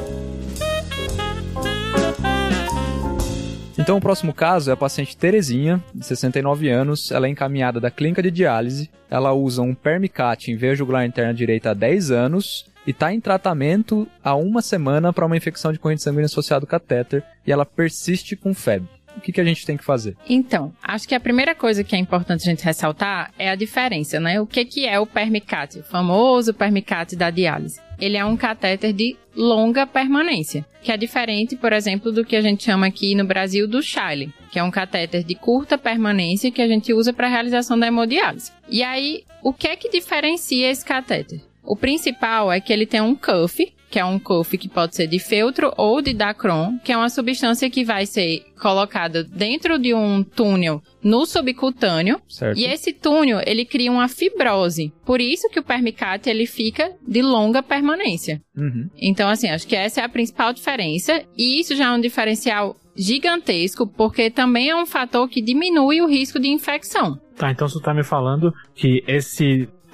Então, o próximo caso é a paciente Terezinha, de sessenta e nove anos. Ela é encaminhada da clínica de diálise. Ela usa um Permicat em veia jugular interna direita há dez anos e está em tratamento há uma semana para uma infecção de corrente sanguínea associada ao catéter e ela persiste com febre. O que, que a gente tem que fazer? Então, acho que a primeira coisa que é importante a gente ressaltar é a diferença, né? O que, que é o Permicat, o famoso Permicat da diálise? Ele é um catéter de longa permanência, que é diferente, por exemplo, do que a gente chama aqui no Brasil do Shiley, que é um catéter de curta permanência que a gente usa para a realização da hemodiálise. E aí, o que é que diferencia esse catéter? O principal é que ele tem um cuff, que é um cuff que pode ser de feltro ou de Dacron, que é uma substância que vai ser colocada dentro de um túnel no subcutâneo. Certo. E esse túnel, ele cria uma fibrose. Por isso que o Permicat, ele fica de longa permanência. Uhum. Então, assim, acho que essa é a principal diferença. E isso já é um diferencial gigantesco, porque também é um fator que diminui o risco de infecção. Tá, então você tá me falando que esse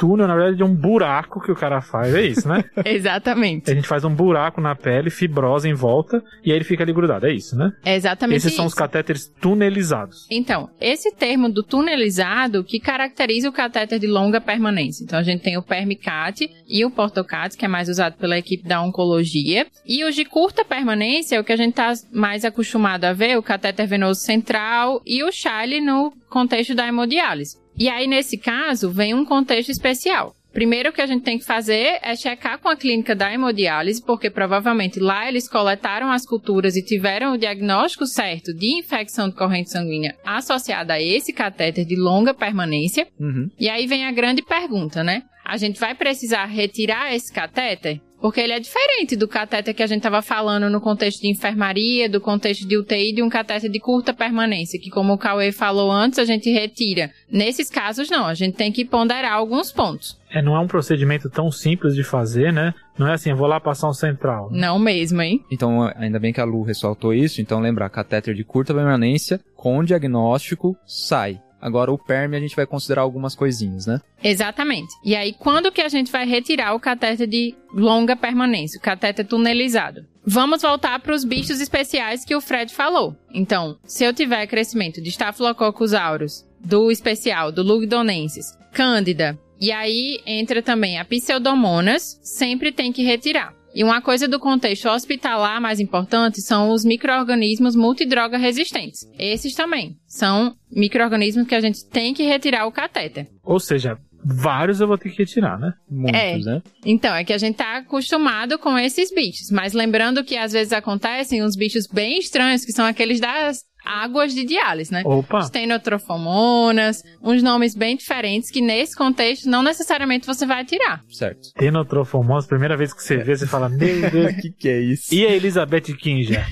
túnel, na verdade, é um buraco que o cara faz, é isso, né? Exatamente. A gente faz um buraco na pele, fibrosa em volta, e aí ele fica ali grudado, é isso, né? É exatamente Esses isso. são os catéteres tunelizados. Então, esse termo do tunelizado que caracteriza o catéter de longa permanência. Então, a gente tem o Permicat e o Portocat, que é mais usado pela equipe da oncologia. E os de curta permanência é o que a gente está mais acostumado a ver, o catéter venoso central e o Chaille no contexto da hemodiálise. E aí, nesse caso, vem um contexto especial. Primeiro, o que a gente tem que fazer é checar com a clínica da hemodiálise, porque provavelmente lá eles coletaram as culturas e tiveram o diagnóstico certo de infecção de corrente sanguínea associada a esse catéter de longa permanência. Uhum. E aí vem a grande pergunta, né? A gente vai precisar retirar esse catéter? Porque ele é diferente do catéter que a gente estava falando no contexto de enfermaria, do contexto de U T I, de um catéter de curta permanência, que como o Cauê falou antes, a gente retira. Nesses casos, não. A gente tem que ponderar alguns pontos. É, não é um procedimento tão simples de fazer, né? Não é assim, eu vou lá passar um central. Né? Não mesmo, hein? Então, ainda bem que a Lu ressaltou isso. Então, lembrar, catéter de curta permanência, com diagnóstico, sai. Agora, o P E R M a gente vai considerar algumas coisinhas, né? Exatamente. E aí, quando que a gente vai retirar o catéter de longa permanência, o catéter tunelizado? Vamos voltar para os bichos especiais que o Fred falou. Então, se eu tiver crescimento de Staphylococcus aureus, do especial, do Lugdunensis, Cândida, e aí entra também a Pseudomonas, sempre tem que retirar. E uma coisa do contexto hospitalar mais importante são os micro-organismos multidroga resistentes. Esses também são micro-organismos que a gente tem que retirar o catéter. Ou seja, vários eu vou ter que retirar, né? Muitos, é. né? Então, é que a gente tá acostumado com esses bichos. Mas lembrando que às vezes acontecem uns bichos bem estranhos, que são aqueles das águas de diálise, né? Opa! Tenotrofomonas, uns nomes bem diferentes que nesse contexto não necessariamente você vai tirar. Certo. Tenotrofomonas, primeira vez que você vê, você fala, meu Deus, O que que é isso? e a Elizabeth Kinja?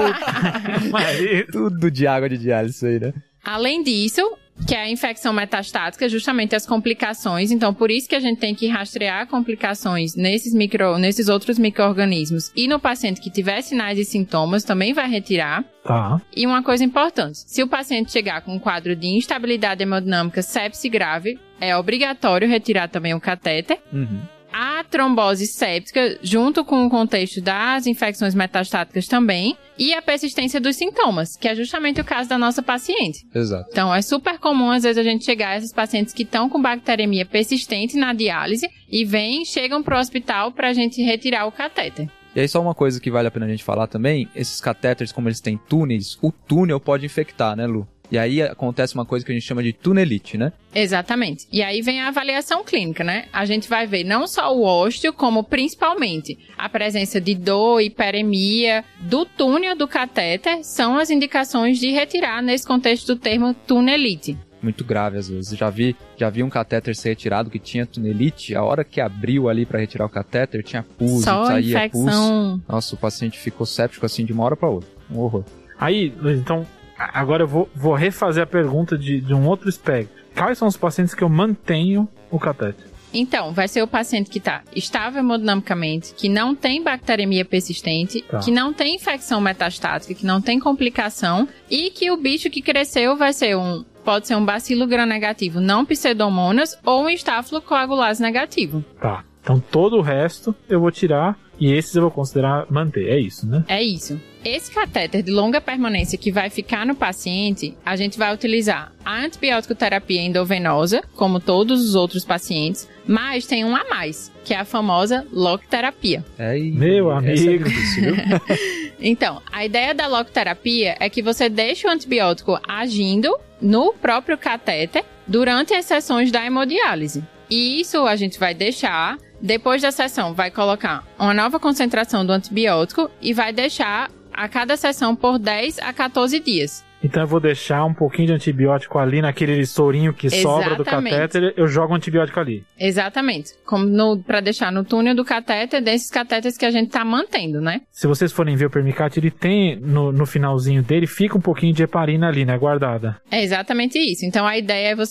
Puta, Maria. Tudo de água de diálise isso aí, né? Além disso, que é a infecção metastática, justamente as complicações. Então, por isso que a gente tem que rastrear complicações nesses, micro, nesses outros micro-organismos. E no paciente que tiver sinais e sintomas, também vai retirar. Tá. E uma coisa importante, se o paciente chegar com um quadro de instabilidade hemodinâmica sepse grave, é obrigatório retirar também o catéter. Uhum. A trombose séptica, junto com o contexto das infecções metastáticas também, e a persistência dos sintomas, que é justamente o caso da nossa paciente. Exato. Então, é super comum, às vezes, a gente chegar a esses pacientes que estão com bacteremia persistente na diálise e vêm, chegam para o hospital para a gente retirar o catéter. E aí só uma coisa que vale a pena a gente falar também, esses catéteres, como eles têm túneis, o túnel pode infectar, né, Lu? E aí acontece uma coisa que a gente chama de tunelite, né? Exatamente. E aí vem a avaliação clínica, né? A gente vai ver não só o ósteo, como principalmente a presença de dor, hiperemia, do túnel do catéter, são as indicações de retirar nesse contexto do termo tunelite. Muito grave às vezes. Já vi, já vi um catéter ser retirado que tinha tunelite, a hora que abriu ali pra retirar o catéter, tinha pus, Só saía infecção. pus. Nossa, o paciente ficou séptico assim de uma hora pra outra. Um horror. Aí, então, agora eu vou, vou refazer a pergunta de, de um outro espectro. Quais são os pacientes que eu mantenho o catéter? Então, vai ser o paciente que está estável hemodinamicamente, que não tem bacteremia persistente, Tá. que não tem infecção metastática, que não tem complicação e que o bicho que cresceu vai ser um, pode ser um bacilo gram-negativo não pseudomonas ou um estáfilocoagulase negativo. Tá. Então todo o resto eu vou tirar e esses eu vou considerar manter. É isso, né? É isso. Esse catéter de longa permanência que vai ficar no paciente, a gente vai utilizar a antibiótico terapia endovenosa, como todos os outros pacientes, mas tem um a mais, que é a famosa locoterapia. É, e Meu essa é amigo. difícil, viu? Então, a ideia da locoterapia é que você deixe o antibiótico agindo no próprio catéter durante as sessões da hemodiálise. E isso a gente vai deixar, depois da sessão vai colocar uma nova concentração do antibiótico e vai deixar a cada sessão por dez a quatorze dias. Então eu vou deixar um pouquinho de antibiótico ali naquele sorinho que sobra do Exatamente. catéter, eu jogo um antibiótico ali. Exatamente. Como no, pra deixar no túnel do catéter, desses catéteres que a gente tá mantendo, né? Se vocês forem ver o Permicat, ele tem, no, no finalzinho dele, fica um pouquinho de heparina ali, né, guardada. É exatamente isso. Então a ideia é você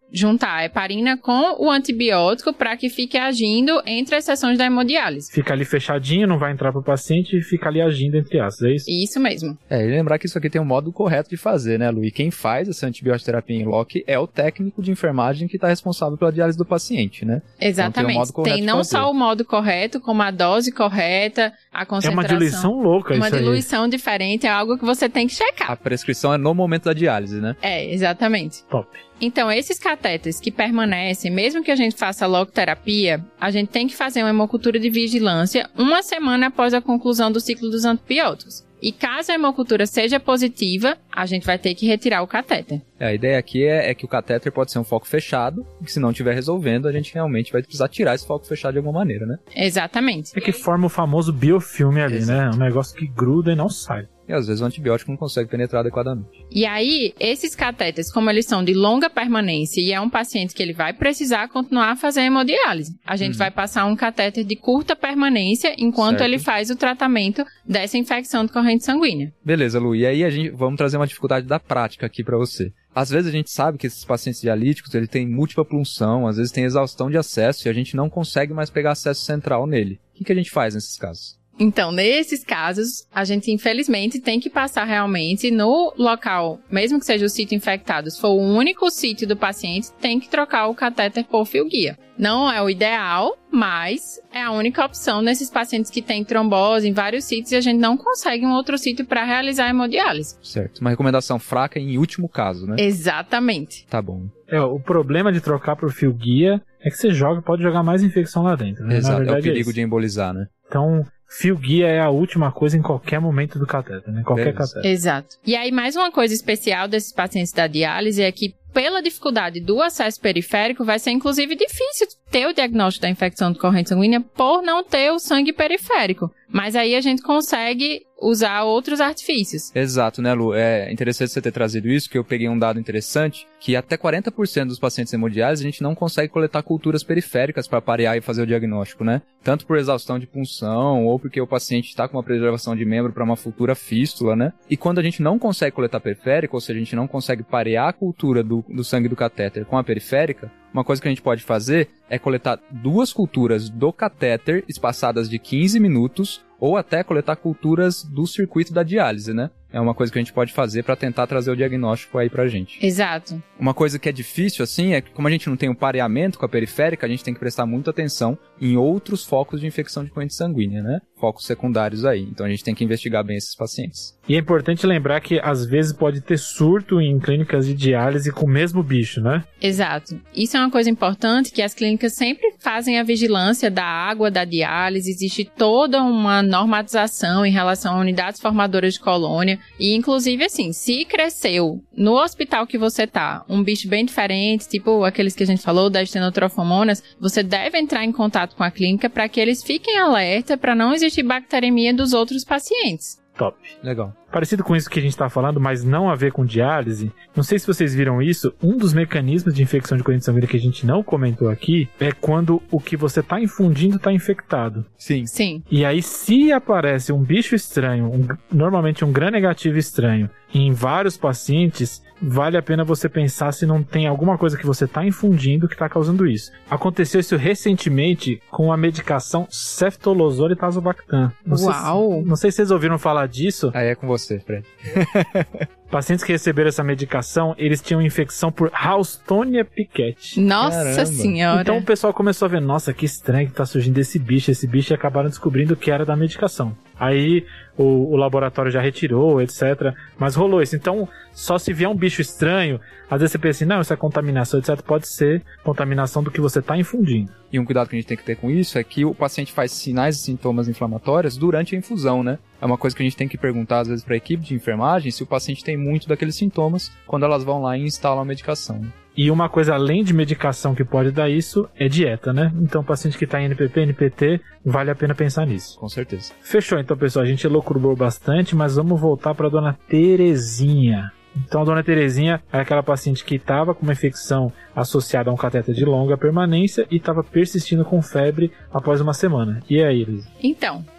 juntar a heparina com o antibiótico para que fique agindo entre as sessões da hemodiálise. Fica ali fechadinho, não vai entrar pro paciente e fica ali agindo entre aspas, é isso? Isso mesmo. É, e lembrar que isso aqui tem um modo correto de fazer, né, Lu? E quem faz essa antibioterapia em loco é o técnico de enfermagem que está responsável pela diálise do paciente, né? Exatamente. Então, tem, um modo correto tem não de fazer. só o modo correto, como a dose correta, a concentração. É uma diluição louca uma isso aí. Uma diluição diferente, é algo que você tem que checar. A prescrição é no momento da diálise, né? É, exatamente. Top. Então, esses catéteres que permanecem, mesmo que a gente faça logoterapia, a gente tem que fazer uma hemocultura de vigilância uma semana após a conclusão do ciclo dos antibióticos. E caso a hemocultura seja positiva, a gente vai ter que retirar o catéter. É, a ideia aqui é, é que o catéter pode ser um foco fechado, e que se não estiver resolvendo, a gente realmente vai precisar tirar esse foco fechado de alguma maneira, né? Exatamente. É que forma o famoso biofilme ali, Exato. né? Um negócio que gruda e não sai. E às vezes o antibiótico não consegue penetrar adequadamente. E aí, esses catéteres, como eles são de longa permanência e é um paciente que ele vai precisar continuar a fazer hemodiálise, a gente uhum. vai passar um catéter de curta permanência enquanto certo. Ele faz o tratamento dessa infecção de corrente sanguínea. Beleza, Lu. E aí a gente vamos trazer uma dificuldade da prática aqui para você. Às vezes a gente sabe que esses pacientes dialíticos, ele tem múltipla punção, às vezes tem exaustão de acesso e a gente não consegue mais pegar acesso central nele. O que, que a gente faz nesses casos? Então, nesses casos, a gente infelizmente tem que passar realmente no local, mesmo que seja o sítio infectado, se for o único sítio do paciente, tem que trocar o catéter por fio-guia. Não é o ideal, mas é a única opção nesses pacientes que têm trombose em vários sítios e a gente não consegue um outro sítio para realizar a hemodiálise. Certo. Uma recomendação fraca em último caso, né? Exatamente. Tá bom. É, o problema de trocar por fio-guia é que você joga, pode jogar mais infecção lá dentro, né? Exato, Na verdade, é o perigo é de embolizar, né? Então, fio-guia é a última coisa em qualquer momento do catéter, né? Qualquer Beleza. catéter. Exato. E aí, mais uma coisa especial desses pacientes da diálise é que, pela dificuldade do acesso periférico, vai ser inclusive difícil ter o diagnóstico da infecção de corrente sanguínea por não ter o sangue periférico. Mas aí a gente consegue usar outros artifícios. Exato, né, Lu? É interessante você ter trazido isso, que eu peguei um dado interessante, que até quarenta por cento dos pacientes hemodiálise a gente não consegue coletar culturas periféricas para parear e fazer o diagnóstico, né? Tanto por exaustão de punção, ou porque o paciente está com uma preservação de membro para uma futura fístula, né? E quando a gente não consegue coletar periférico, ou seja, a gente não consegue parear a cultura do, do sangue do catéter com a periférica, uma coisa que a gente pode fazer é coletar duas culturas do catéter espaçadas de quinze minutos ou até coletar culturas do circuito da diálise, né? É uma coisa que a gente pode fazer para tentar trazer o diagnóstico aí pra gente. Exato. Uma coisa que é difícil, assim, é que como a gente não tem um pareamento com a periférica, a gente tem que prestar muita atenção em outros focos de infecção de corrente sanguínea, né? Focos secundários aí. Então a gente tem que investigar bem esses pacientes. E é importante lembrar que às vezes pode ter surto em clínicas de diálise com o mesmo bicho, né? Exato. Isso é uma coisa importante, que as clínicas sempre fazem a vigilância da água da diálise, existe toda uma normatização em relação a unidades formadoras de colônia. E, inclusive, assim, se cresceu no hospital que você tá um bicho bem diferente, tipo aqueles que a gente falou, das estenotrofomonas, você deve entrar em contato com a clínica para que eles fiquem alerta para não existir bacteremia dos outros pacientes. Top. Legal. Parecido com isso que a gente está falando, mas não a ver com diálise, não sei se vocês viram isso, um dos mecanismos de infecção de corrente sanguínea que a gente não comentou aqui é quando o que você está infundindo está infectado. Sim. Sim. E aí, se aparece um bicho estranho, um, normalmente um gram-negativo estranho, em vários pacientes, vale a pena você pensar se não tem alguma coisa que você está infundindo que está causando isso. Aconteceu isso recentemente com a medicação Ceftolozole e Tazobactam. Não Uau! Sei se, não sei se vocês ouviram falar disso. Aí é com você, Fred. Pacientes que receberam essa medicação, eles tinham infecção por Houstonia piquete. Nossa Caramba. Senhora! Então o pessoal começou a ver, nossa, que estranho que tá surgindo esse bicho, esse bicho, e acabaram descobrindo que era da medicação. Aí o, o laboratório já retirou, etcétera. Mas rolou isso. Então, só se vier um bicho estranho, às vezes você pensa assim, não, isso é contaminação, etcétera. Pode ser contaminação do que você está infundindo. E um cuidado que a gente tem que ter com isso é que o paciente faz sinais e sintomas inflamatórios durante a infusão, né? É uma coisa que a gente tem que perguntar, às vezes, para a equipe de enfermagem se o paciente tem muito daqueles sintomas quando elas vão lá e instalam a medicação. E uma coisa além de medicação que pode dar isso é dieta, né? Então, o paciente que está em N P P, N P T, vale a pena pensar nisso. Com certeza. Fechou, então, pessoal. A gente elucubrou bastante, mas vamos voltar para a dona Terezinha. Então, a dona Terezinha é aquela paciente que estava com uma infecção associada a um catéter de longa permanência e estava persistindo com febre após uma semana. E aí, Elisa? Então,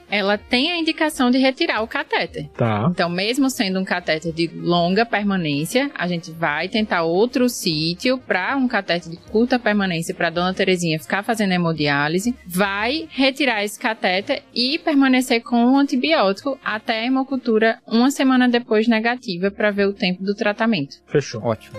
ela tem a indicação de retirar o catéter. Tá. Então, mesmo sendo um catéter de longa permanência, a gente vai tentar outro sítio para um catéter de curta permanência para Dona Terezinha ficar fazendo hemodiálise, vai retirar esse catéter e permanecer com o antibiótico até a hemocultura uma semana depois negativa para ver o tempo do tratamento. Fechou. Ótimo.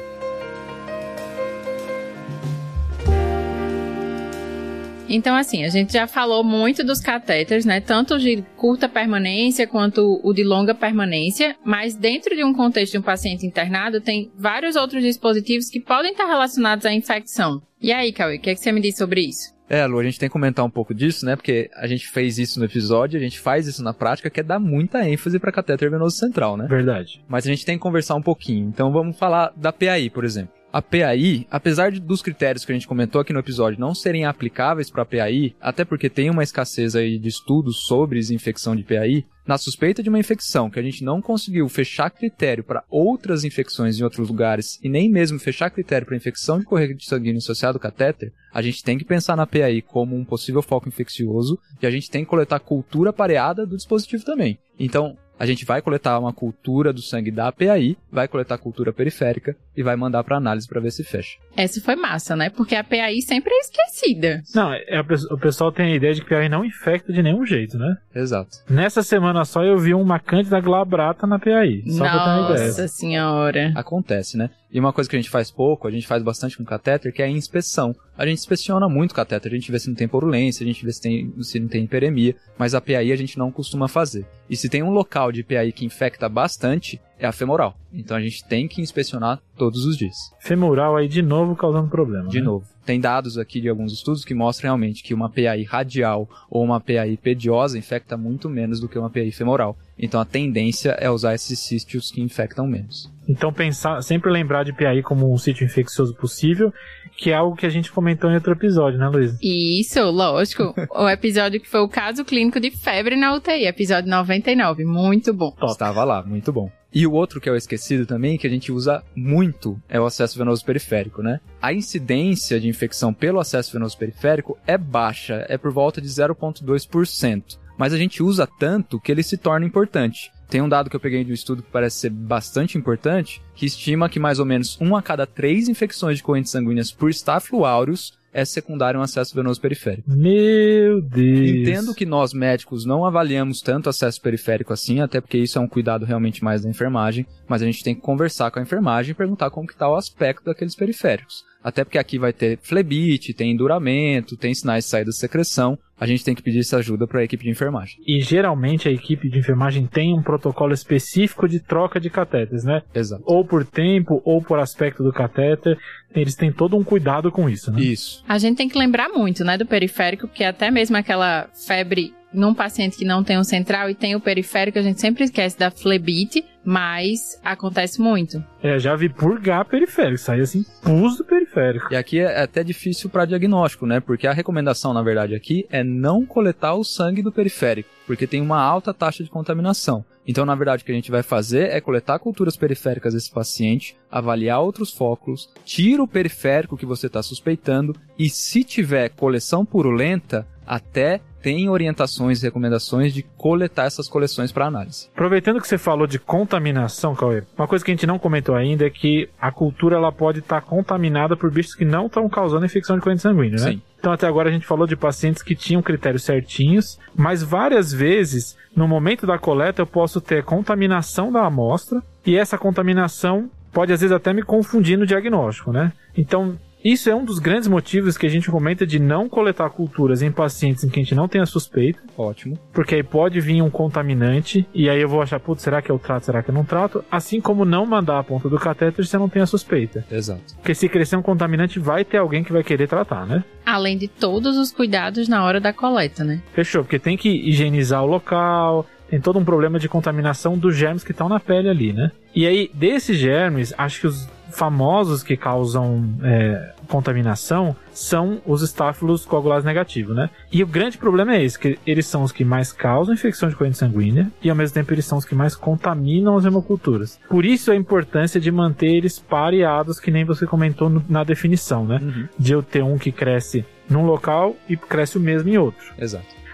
Então, assim, a gente já falou muito dos catéteres, né? Tanto o de curta permanência quanto o de longa permanência, mas dentro de um contexto de um paciente internado, tem vários outros dispositivos que podem estar relacionados à infecção. E aí, Cauê, o que, é que você me diz sobre isso? É, Lu, a gente tem que comentar um pouco disso, né? Porque a gente fez isso no episódio, a gente faz isso na prática, que é dar muita ênfase para catéter venoso central, né? Verdade. Mas a gente tem que conversar um pouquinho. Então vamos falar da P A I, por exemplo. A P A I, apesar de, dos critérios que a gente comentou aqui no episódio não serem aplicáveis para a P A I, até porque tem uma escassez aí de estudos sobre infecção de P A I, na suspeita de uma infecção que a gente não conseguiu fechar critério para outras infecções em outros lugares e nem mesmo fechar critério para infecção de corrente sanguínea associada ao catéter, a gente tem que pensar na P A I como um possível foco infeccioso e a gente tem que coletar cultura pareada do dispositivo também. Então, a gente vai coletar uma cultura do sangue da P A I, vai coletar cultura periférica e vai mandar para análise para ver se fecha. Essa foi massa, né? Porque a P A I sempre é esquecida. Não, é, o pessoal tem a ideia de que P A I não infecta de nenhum jeito, né? Exato. Nessa semana só eu vi uma Cândida glabrata na P A I. Só pra ter uma ideia. Nossa senhora. Acontece, né? E uma coisa que a gente faz pouco, a gente faz bastante com catéter, que é a inspeção. A gente inspeciona muito o catéter, a gente vê se não tem purulência, a gente vê se, tem, se não tem hiperemia, mas a P A I a gente não costuma fazer. E se tem um local de P A I que infecta bastante, é a femoral. Então a gente tem que inspecionar todos os dias. Femoral aí de novo causando problema. De né? novo. Tem dados aqui de alguns estudos que mostram realmente que uma P A I radial ou uma P A I pediosa infecta muito menos do que uma P A I femoral. Então a tendência é usar esses sítios que infectam menos. Então pensar, sempre lembrar de P A I como um sítio infeccioso possível, que é algo que a gente comentou em outro episódio, né, Luiz? Isso, lógico. O episódio que foi o caso clínico de febre na U T I, episódio noventa e nove. Muito bom. Top. Estava lá, muito bom. E o outro que é o esquecido também, que a gente usa muito, é o acesso venoso periférico, né? A incidência de infecção pelo acesso venoso periférico é baixa, é por volta de zero vírgula dois por cento. Mas a gente usa tanto que ele se torna importante. Tem um dado que eu peguei de um estudo que parece ser bastante importante, que estima que mais ou menos uma a cada três infecções de correntes sanguíneas por Staphylo aureus é secundário a um acesso venoso periférico. Meu Deus! Entendo que nós médicos não avaliamos tanto acesso periférico assim, até porque isso é um cuidado realmente mais da enfermagem, mas a gente tem que conversar com a enfermagem e perguntar como que está o aspecto daqueles periféricos. Até porque aqui vai ter flebite, tem enduramento, tem sinais de saída de secreção. A gente tem que pedir essa ajuda para a equipe de enfermagem. E geralmente a equipe de enfermagem tem um protocolo específico de troca de catéteres, né? Exato. Ou por tempo, ou por aspecto do catéter. Eles têm todo um cuidado com isso, né? Isso. A gente tem que lembrar muito, né, do periférico, porque até mesmo aquela febre num paciente que não tem um central e tem o periférico, a gente sempre esquece da flebite, mas acontece muito. É, já vi purgar periférico, sair assim, pus do periférico. E aqui é até difícil para diagnóstico, né? Porque a recomendação, na verdade, aqui é não coletar o sangue do periférico, porque tem uma alta taxa de contaminação. Então, na verdade, o que a gente vai fazer é coletar culturas periféricas desse paciente, avaliar outros fóculos, tira o periférico que você está suspeitando e, se tiver coleção purulenta, até tem orientações e recomendações de coletar essas coleções para análise. Aproveitando que você falou de contaminação, Cauê, uma coisa que a gente não comentou ainda é que a cultura ela pode estar tá contaminada por bichos que não estão causando infecção de corrente sanguínea, né? Sim. Então até agora a gente falou de pacientes que tinham critérios certinhos, mas várias vezes, no momento da coleta, eu posso ter contaminação da amostra e essa contaminação pode às vezes até me confundir no diagnóstico, né? Então, isso é um dos grandes motivos que a gente comenta de não coletar culturas em pacientes em que a gente não tem a suspeita. Ótimo. Porque aí pode vir um contaminante e aí eu vou achar, putz, será que eu trato, será que eu não trato? Assim como não mandar a ponta do catéter se eu não tem a suspeita. Exato. Porque se crescer um contaminante, vai ter alguém que vai querer tratar, né? Além de todos os cuidados na hora da coleta, né? Fechou, porque tem que higienizar o local, tem todo um problema de contaminação dos germes que estão na pele ali, né? E aí, desses germes, acho que os famosos que causam é, contaminação são os estáfilos coagulados negativos, né? E o grande problema é esse, que eles são os que mais causam infecção de corrente sanguínea e ao mesmo tempo eles são os que mais contaminam as hemoculturas. Por isso a importância de manter eles pareados, que nem você comentou no, na definição, né? Uhum. De eu ter um que cresce num local e cresce o mesmo em outro. Exato.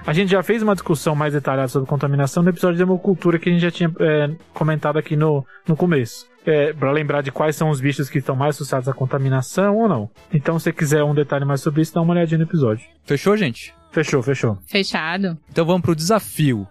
A gente já fez uma discussão mais detalhada sobre contaminação no episódio de hemocultura que a gente já tinha é, comentado aqui no, no começo. É, para lembrar de quais são os bichos que estão mais associados à contaminação ou não. Então, se você quiser um detalhe mais sobre isso, dá uma olhadinha no episódio. Fechou, gente? Fechou, fechou. Fechado. Então vamos pro desafio.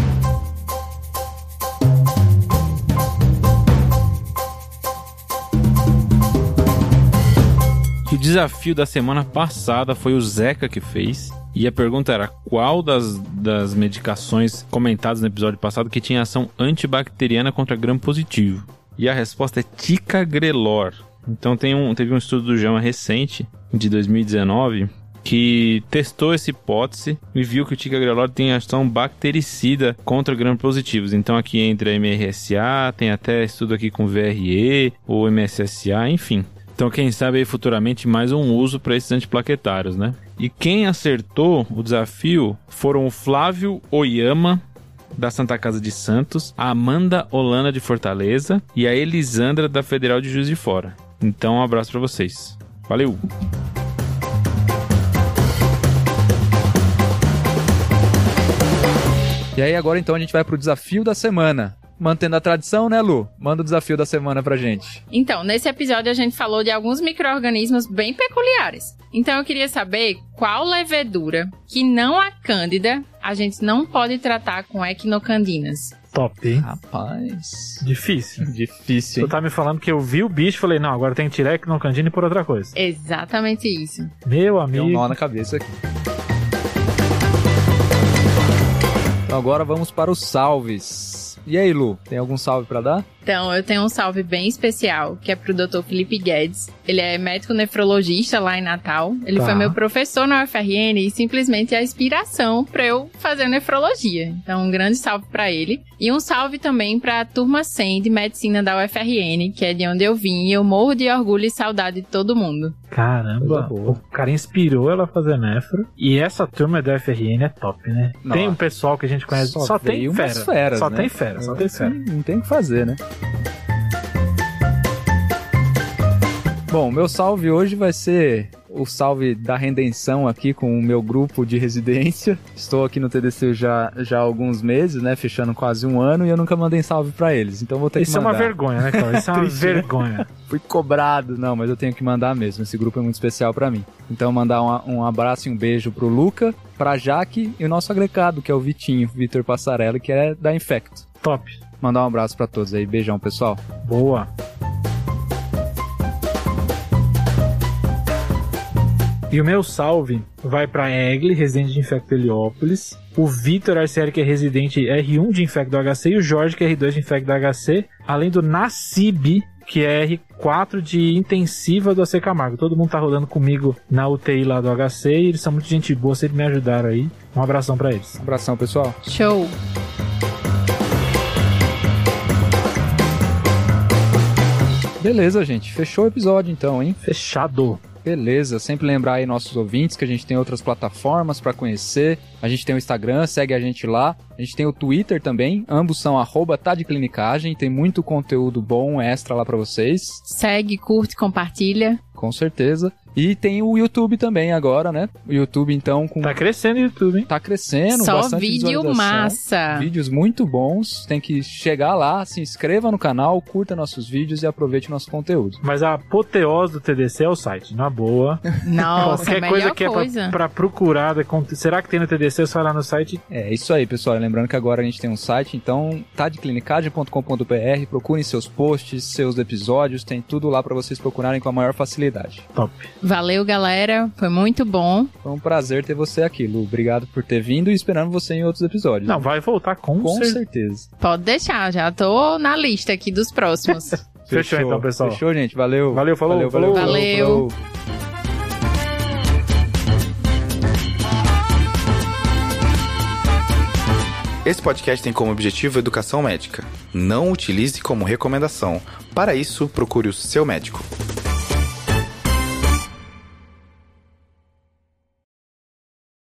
O desafio da semana passada foi o Zeca que fez. E a pergunta era qual das, das medicações comentadas no episódio passado que tinha ação antibacteriana contra gram-positivo. E a resposta é ticagrelor. Então tem um, teve um estudo do JAMA recente, de dois mil e dezenove, que testou essa hipótese e viu que o ticagrelor tem ação bactericida contra gram-positivos. Então aqui entra M R S A, tem até estudo aqui com V R E ou M S S A, enfim. Então, quem sabe aí futuramente mais um uso para esses antiplaquetários, né? E quem acertou o desafio foram o Flávio Oyama, da Santa Casa de Santos, a Amanda Holanda, de Fortaleza, e a Elisandra, da Federal de Juiz de Fora. Então, um abraço para vocês. Valeu! E aí, agora então a gente vai pro desafio da semana. Mantendo a tradição, né, Lu? Manda o desafio da semana pra gente. Então, nesse episódio a gente falou de alguns micro-organismos bem peculiares. Então eu queria saber qual levedura que não há cândida a gente não pode tratar com equinocandinas. Top, hein? Rapaz... Difícil. Difícil, hein? Tu tá me falando que eu vi o bicho e falei, não, agora tem que tirar equinocandina e por outra coisa. Exatamente isso. Meu amigo... Tem um nó na cabeça aqui. Então agora vamos para os salves. E aí, Lu, tem algum salve pra dar? Então, eu tenho um salve bem especial, que é pro doutor Felipe Guedes. Ele é médico nefrologista lá em Natal. Ele Tá. foi meu professor na U F R N e simplesmente é a inspiração pra eu fazer nefrologia. Então, um grande salve pra ele. E um salve também pra turma cem de medicina da U F R N, que é de onde eu vim, e eu morro de orgulho e saudade de todo mundo. Caramba, boa. o cara inspirou ela a fazer nefro. E essa turma da U F R N é top, né? Nossa. Tem um pessoal que a gente conhece, só, só tem veio fera. umas feras, só né? tem fera, só tem fera. Não tem o que fazer, né? Bom, meu salve hoje vai ser o salve da redenção aqui com o meu grupo de residência. Estou aqui no T D C já, já há alguns meses, né? Fechando quase um ano e eu nunca mandei salve pra eles. Então vou ter Isso que mandar. é uma vergonha, né, cara? Isso é uma Triste, né? vergonha. Fui cobrado. Não, mas eu tenho que mandar mesmo. Esse grupo é muito especial pra mim. Então mandar um, um abraço e um beijo pro Luca, pra Jaque e o nosso agregado, que é o Vitinho, Vitor Passarelli, que é da Infecto. Top. Mandar um abraço pra todos aí. Beijão, pessoal. Boa. E o meu salve vai pra Egli, residente de Infecto Heliópolis, o Vitor Arcieri, que é residente R um de Infecto do H C, e o Jorge, que é R dois de Infecto do H C, além do Nassib, que é R quatro de intensiva do A C Camargo. Todo mundo tá rodando comigo na U T I lá do H C, e eles são muito gente boa, sempre me ajudaram aí. Um abração pra eles. Um abração, pessoal. Show! Beleza, gente. Fechou o episódio então, hein? Fechado. Beleza, sempre lembrar aí nossos ouvintes que a gente tem outras plataformas para conhecer. A gente tem o Instagram, segue a gente lá. A gente tem o Twitter também, ambos são arroba tá de clinicagem. Tem muito conteúdo bom, extra lá para vocês. Segue, curte, compartilha. Com certeza. E tem o YouTube também agora, né? O YouTube, então, com... Tá crescendo o YouTube, hein? Tá crescendo, Só bastante vídeo visualização. massa. Vídeos muito bons. Tem que chegar lá, se inscreva no canal, curta nossos vídeos e aproveite nosso conteúdo. Mas a apoteose do T D C é o site, na boa. Nossa, Qualquer a melhor coisa que é coisa. pra, pra procurar, da cont- será que tem no T D C? Só lá no site. É isso aí, pessoal. Lembrando que agora a gente tem um site, então tá de clinicagem ponto com ponto b r. Procurem seus posts, seus episódios, tem tudo lá pra vocês procurarem com a maior facilidade. Top. Valeu, galera. Foi muito bom. Foi um prazer ter você aqui, Lu. Obrigado por ter vindo e esperando você em outros episódios. Não, vai voltar com, Com certeza. certeza. Pode deixar, já tô na lista aqui dos próximos. Fechou então, pessoal. Fechou, gente. Valeu. Valeu, falou, Valeu. falou. falou, Valeu. falou. Esse podcast tem como objetivo educação médica. Não utilize como recomendação. Para isso, procure o seu médico.